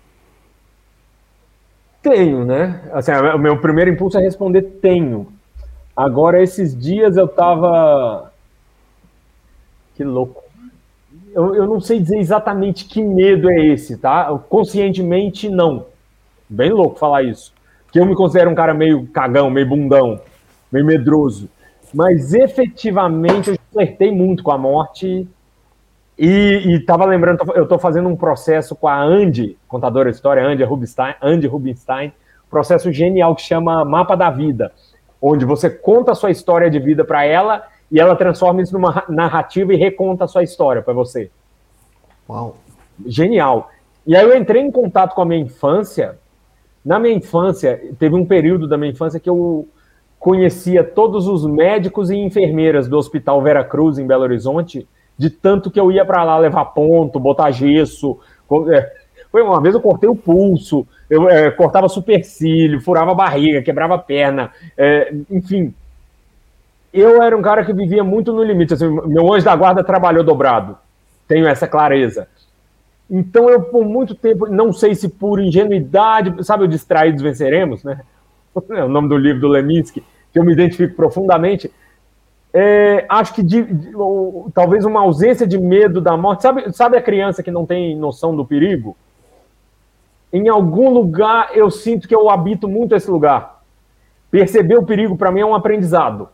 Tenho, né? Assim, o meu primeiro impulso é responder tenho. Agora, esses dias eu tava... Que louco. Eu não sei dizer exatamente que medo é esse, tá? Conscientemente, não. Bem louco falar isso. Porque eu me considero um cara meio cagão, meio bundão, meio medroso. Mas, efetivamente, eu flertei muito com a morte. E tava lembrando, eu tô fazendo um processo com a Andy, contadora de história, Andy Rubinstein, processo genial que chama Mapa da Vida, onde você conta a sua história de vida para ela e ela transforma isso numa narrativa e reconta a sua história para você. Uau. Genial. E aí eu entrei em contato com a minha infância. Na minha infância, teve um período da minha infância que eu conhecia todos os médicos e enfermeiras do Hospital Vera Cruz, em Belo Horizonte, de tanto que eu ia para lá levar ponto, botar gesso. Uma vez eu cortei o pulso, eu cortava supercílio, furava a barriga, quebrava a perna, enfim. Eu era um cara que vivia muito no limite. Assim, meu anjo da guarda trabalhou dobrado, tenho essa clareza. Então eu, por muito tempo, não sei se por ingenuidade, sabe o Distraídos Venceremos, né? É o nome do livro do Leminski, que eu me identifico profundamente. Acho que talvez uma ausência de medo da morte. Sabe a criança que não tem noção do perigo? Em algum lugar eu sinto que eu habito muito esse lugar. Perceber o perigo para mim é um aprendizado.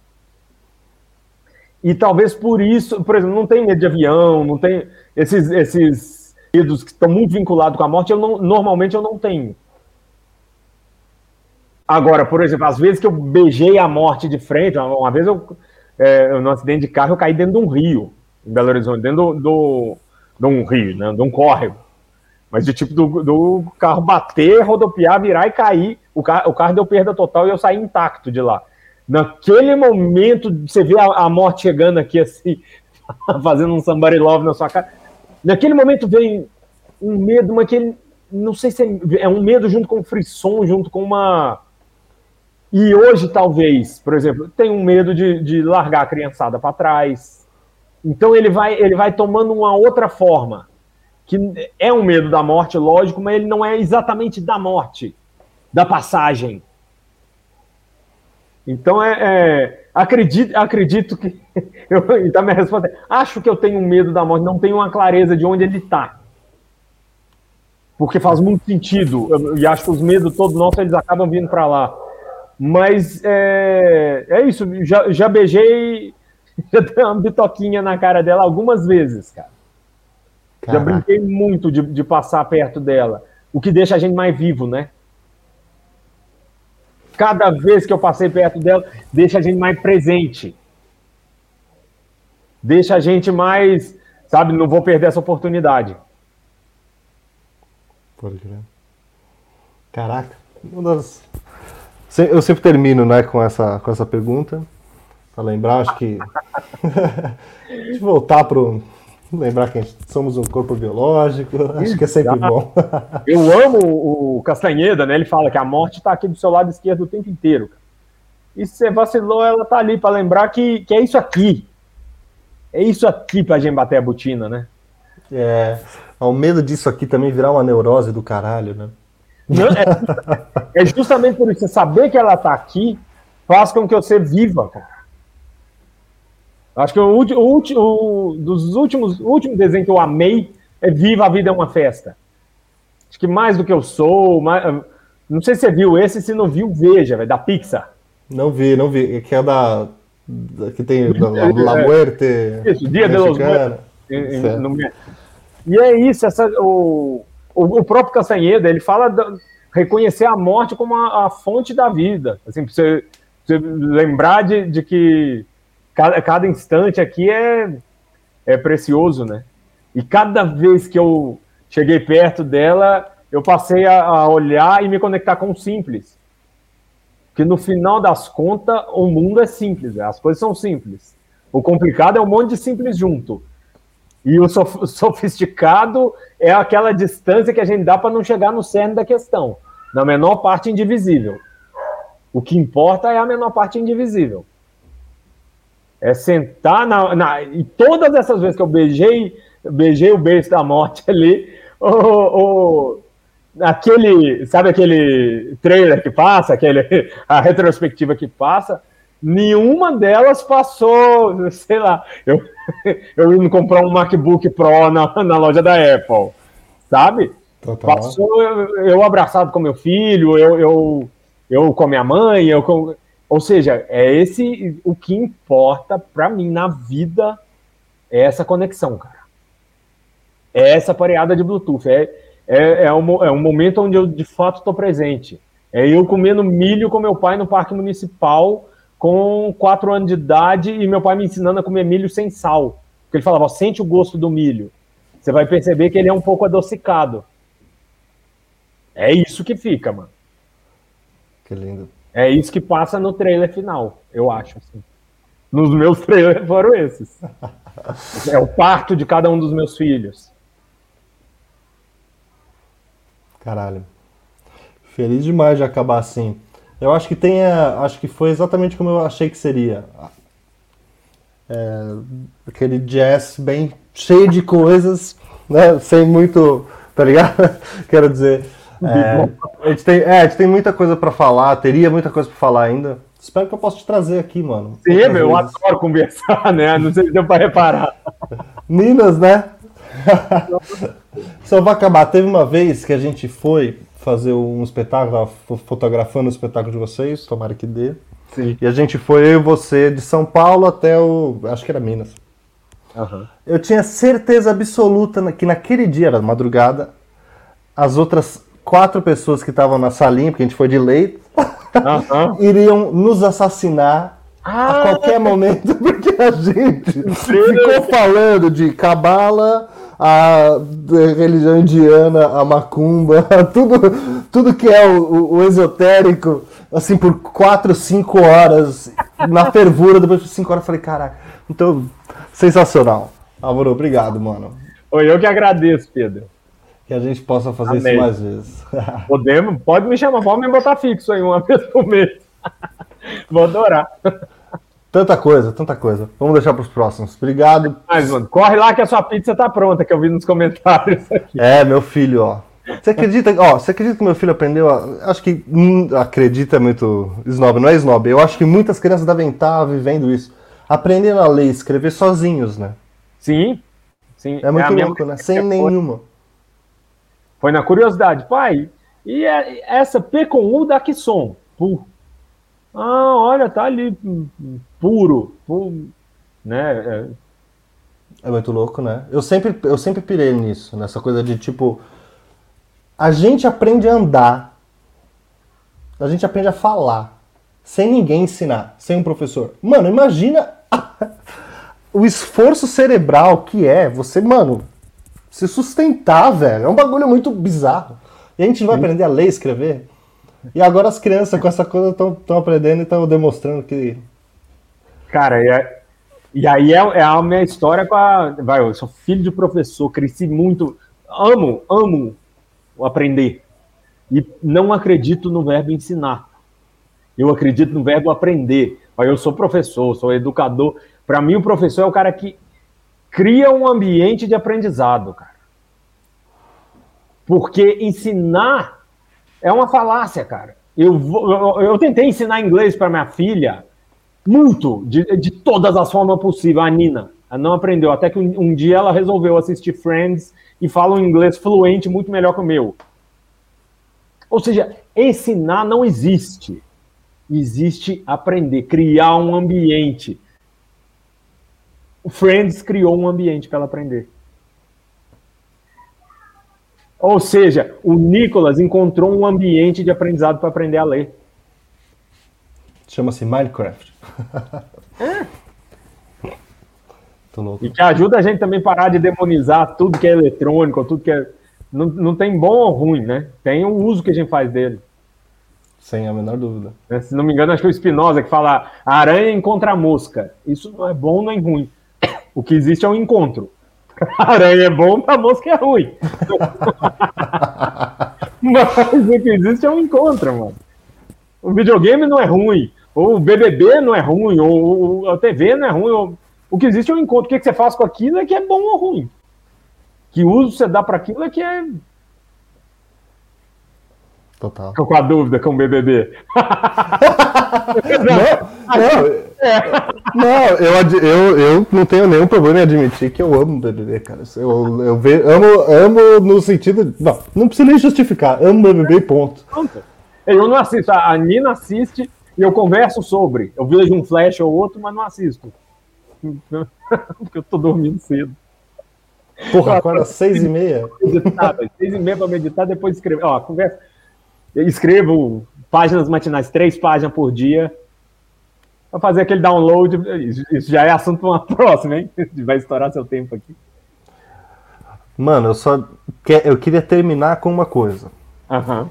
E talvez por isso, por exemplo, não tem medo de avião, não tem esses medos que estão muito vinculados com a morte, normalmente eu não tenho. Agora, por exemplo, às vezes que eu beijei a morte de frente, uma vez num acidente de carro, eu caí dentro de um rio, em Belo Horizonte, dentro de um rio, né, de um córrego. Mas de tipo do carro bater, rodopiar, virar e cair. O carro deu perda total e eu saí intacto de lá. Naquele momento, você vê a morte chegando aqui assim, fazendo um somebody love na sua cara. Naquele momento vem um medo, mas que não sei se é um medo junto com um frisson, junto com uma... E hoje, talvez, por exemplo, tem um medo de largar a criançada para trás. Então ele vai tomando uma outra forma, que é um medo da morte, lógico, mas ele não é exatamente da morte, da passagem. Então, acredito que... Então, minha resposta é, acho que eu tenho medo da morte, não tenho uma clareza de onde ele está. Porque faz muito sentido, e acho que os medos todos nossos, eles acabam vindo para lá. Mas é isso, já beijei, já dei uma bitoquinha na cara dela algumas vezes, cara. Caraca. Já brinquei muito de passar perto dela, o que deixa a gente mais vivo, né? Cada vez que eu passei perto dela, deixa a gente mais presente. Deixa a gente mais, sabe, não vou perder essa oportunidade. Pode crer. Caraca, eu sempre termino, né, com essa pergunta, para lembrar, acho que... Deixa eu voltar pro Lembrar que somos um corpo biológico, acho que é sempre bom. Eu amo o Castanheda, né? Ele fala que a morte está aqui do seu lado esquerdo o tempo inteiro. E se você vacilou, ela tá ali para lembrar que é isso aqui. É isso aqui pra gente bater a botina, né? O medo disso aqui também virar uma neurose do caralho, né? Não, é justamente por isso. Você saber que ela tá aqui faz com que você viva, cara. Acho que dos últimos desenhos que eu amei é Viva a Vida é uma Festa. Acho que mais do que eu sou. Não sei se você viu esse, se não viu, veja, véio, da Pixar. Não vi. Que é que tem La Muerte. Isso, Dia de los Muertos. E é isso, o próprio Castanheda, ele fala reconhecer a morte como a fonte da vida. Assim, pra você lembrar de que cada instante aqui é precioso, né? E cada vez que eu cheguei perto dela, eu passei a olhar e me conectar com o simples. Porque no final das contas, o mundo é simples, as coisas são simples. O complicado é um monte de simples junto. E o sofisticado é aquela distância que a gente dá para não chegar no cerne da questão. Na menor parte indivisível. O que importa é a menor parte indivisível. É sentar e todas essas vezes que eu beijei o beijo da morte ali, sabe aquele trailer que passa, a retrospectiva que passa, nenhuma delas passou, sei lá, eu indo comprar um MacBook Pro na loja da Apple, sabe? Total. Passou eu abraçado com meu filho, eu com a minha mãe, ou seja, o que importa pra mim na vida é essa conexão, cara. É essa pareada de Bluetooth, é um momento onde eu de fato estou presente. É eu comendo milho com meu pai no parque municipal com 4 anos de idade e meu pai me ensinando a comer milho sem sal. Porque ele falava, sente o gosto do milho. Você vai perceber que ele é um pouco adocicado. É isso que fica, mano. Que lindo. É isso que passa no trailer final, eu acho. Assim. Nos meus trailers foram esses. É o parto de cada um dos meus filhos. Caralho. Feliz demais de acabar assim. Eu acho que acho que foi exatamente como eu achei que seria. Aquele jazz bem cheio de coisas, né? Sem muito, tá ligado? Quero dizer, a gente tem muita coisa pra falar, teria muita coisa pra falar ainda. Espero que eu possa te trazer aqui, mano. Sim, eu adoro conversar, né? Não sei se deu pra reparar. Minas, né? Só vai acabar. Teve uma vez que a gente foi fazer um espetáculo, fotografando o espetáculo de vocês, tomara que dê. Sim. E a gente foi, eu e você, de São Paulo até acho que era Minas. Uhum. Eu tinha certeza absoluta que naquele dia, era madrugada, as outras 4 pessoas que estavam na salinha, porque a gente foi de leito, iriam nos assassinar a qualquer momento, porque a gente ficou falando de cabala, a religião indiana, a macumba, tudo que é o esotérico, assim, por 4, 5 horas, na fervura, depois de 5 horas eu falei, caraca, então, sensacional. Álvaro, obrigado, mano. Eu que agradeço, Pedro. Que a gente possa fazer isso mais vezes. Podemos, pode me chamar, pode me botar fixo aí uma vez por mês. Vou adorar. Tanta coisa. Vamos deixar para os próximos. Obrigado. Mas, mano, corre lá que a sua pizza tá pronta, que eu vi nos comentários aqui. Meu filho, ó. Você acredita que meu filho aprendeu? Acho que acredita é muito snob, não é snob. Eu acho que muitas crianças devem estar vivendo isso. Aprendendo a ler e escrever sozinhos, né? Sim. É muito louco, né? Sem nenhuma. Foi na curiosidade. Pai, e essa P com U dá que som? Pu. Olha, tá ali, puro. Né? É muito louco, né? Eu sempre pirei nisso, nessa coisa de tipo... A gente aprende a andar. A gente aprende a falar. Sem ninguém ensinar. Sem um professor. Mano, imagina o esforço cerebral que é você, mano, se sustentar, velho. É um bagulho muito bizarro. E a gente vai aprender a ler e escrever. E agora as crianças com essa coisa estão aprendendo e estão demonstrando que... Cara, E aí é a minha história com a... eu sou filho de professor, cresci muito, amo o aprender. E não acredito no verbo ensinar. Eu acredito no verbo aprender. Eu sou professor, sou educador. Para mim, o professor é o cara que cria um ambiente de aprendizado, cara. Porque ensinar é uma falácia, cara. Eu tentei ensinar inglês para minha filha muito, de todas as formas possíveis. A Nina, ela não aprendeu. Até que um dia ela resolveu assistir Friends e fala um inglês fluente muito melhor que o meu. Ou seja, ensinar não existe. Existe aprender, criar um ambiente. O Friends criou um ambiente para ela aprender. Ou seja, o Nicolas encontrou um ambiente de aprendizado para aprender a ler. Chama-se Minecraft. Tô louco. E que ajuda a gente também a parar de demonizar tudo que é eletrônico, tudo que é... Não tem bom ou ruim, né? Tem o uso que a gente faz dele. Sem a menor dúvida. Se não me engano, acho que o Spinoza que fala a aranha encontra a mosca. Isso não é bom nem ruim. O que existe é um encontro. A aranha é bom, a mosca é ruim. Mas o que existe é um encontro, mano. O videogame não é ruim, ou o BBB não é ruim, ou a TV não é ruim. O que existe é um encontro. O que você faz com aquilo é que é bom ou ruim. Que uso você dá para aquilo é que é... Total. Tô com a dúvida com o BBB. Eu não tenho nenhum problema em admitir que eu amo BBB, cara. Eu amo no sentido... Não precisa nem justificar. Amo BBB e ponto. Eu não assisto. A Nina assiste e eu converso sobre. Eu vejo um flash ou outro, mas não assisto. Porque eu tô dormindo cedo. Porra, acorda às 6h30. 6h30 para meditar, depois escrever. Ó, conversa. Eu escrevo páginas matinais, 3 páginas por dia, para fazer aquele download. Isso já é assunto para uma próxima, hein? Vai estourar seu tempo aqui. Mano, eu queria terminar com uma coisa. Uhum.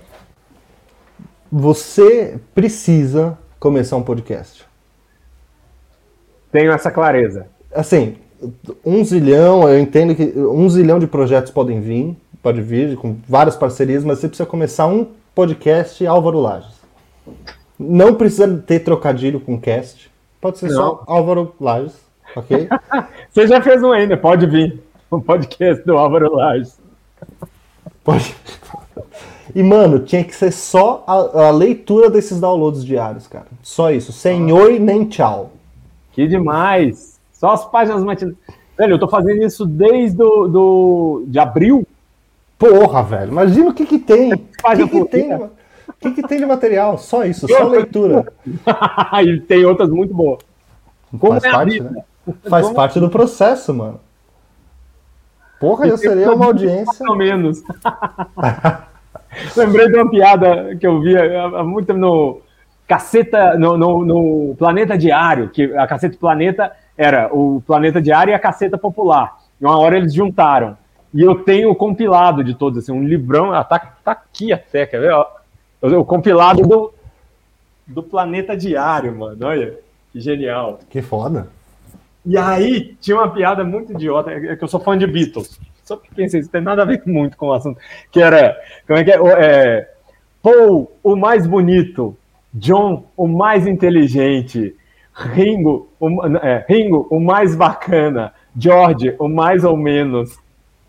Você precisa começar um podcast. Tenho essa clareza. Assim, 1 zilhão, eu entendo que 1 zilhão de projetos pode vir com várias parcerias, mas você precisa começar um podcast Álvaro Lages. Não precisa ter trocadilho com cast. Pode ser só Álvaro Lages, ok? Você já fez um ainda, pode vir. Um podcast do Álvaro Lages. Pode. E, mano, tinha que ser só a leitura desses downloads diários, cara. Só isso. Sem oi nem tchau. Que demais. Só as páginas matinais. Velho, eu tô fazendo isso desde de abril. Porra, velho. Imagina o que tem. O que tem de material? Só isso, só leitura. E tem outras muito boas. Faz parte, né? Faz parte do processo, mano. Porra, eu seria uma audiência... Mais ou menos. Lembrei de uma piada que eu vi há muito tempo no Caceta, no Planeta Diário, que a Caceta Planeta era o Planeta Diário e a Caceta Popular. E uma hora eles juntaram. E eu tenho o compilado de todos, assim, um livrão, tá aqui até, quer ver? Ó, o compilado do Planeta Diário, mano, olha, que genial. Que foda. E aí, tinha uma piada muito idiota, é que eu sou fã de Beatles, só porque pensei, isso tem nada a ver muito com o assunto, que era, como é que é? Paul, o mais bonito, John, o mais inteligente, Ringo, o mais bacana, George, o mais ou menos.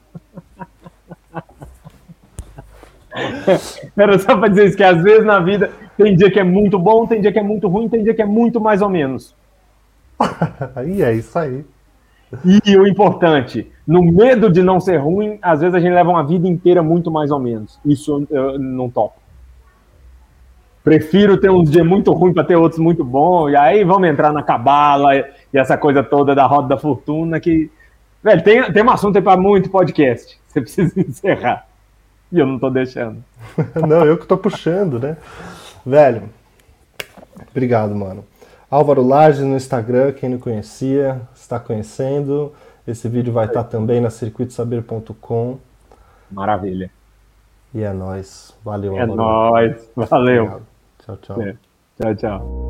Era só pra dizer isso, que às vezes na vida tem dia que é muito bom, tem dia que é muito ruim, tem dia que é muito mais ou menos. Aí é isso aí. E o importante, no medo de não ser ruim, às vezes a gente leva uma vida inteira muito mais ou menos. Isso eu não topo. Prefiro ter uns dias muito ruins para ter outros muito bons, e aí vamos entrar na cabala e essa coisa toda da roda da fortuna que... Velho, tem um assunto aí para muito podcast. Você precisa encerrar. E eu não tô deixando. Não, eu que tô puxando, né? Velho, obrigado, mano. Álvaro Lages no Instagram, quem não conhecia, está conhecendo. Esse vídeo vai estar também na circuitosaber.com. Maravilha. E é nóis. Valeu, Álvaro. É nóis. Valeu. Obrigado. Tchau, tchau. Tchau, tchau.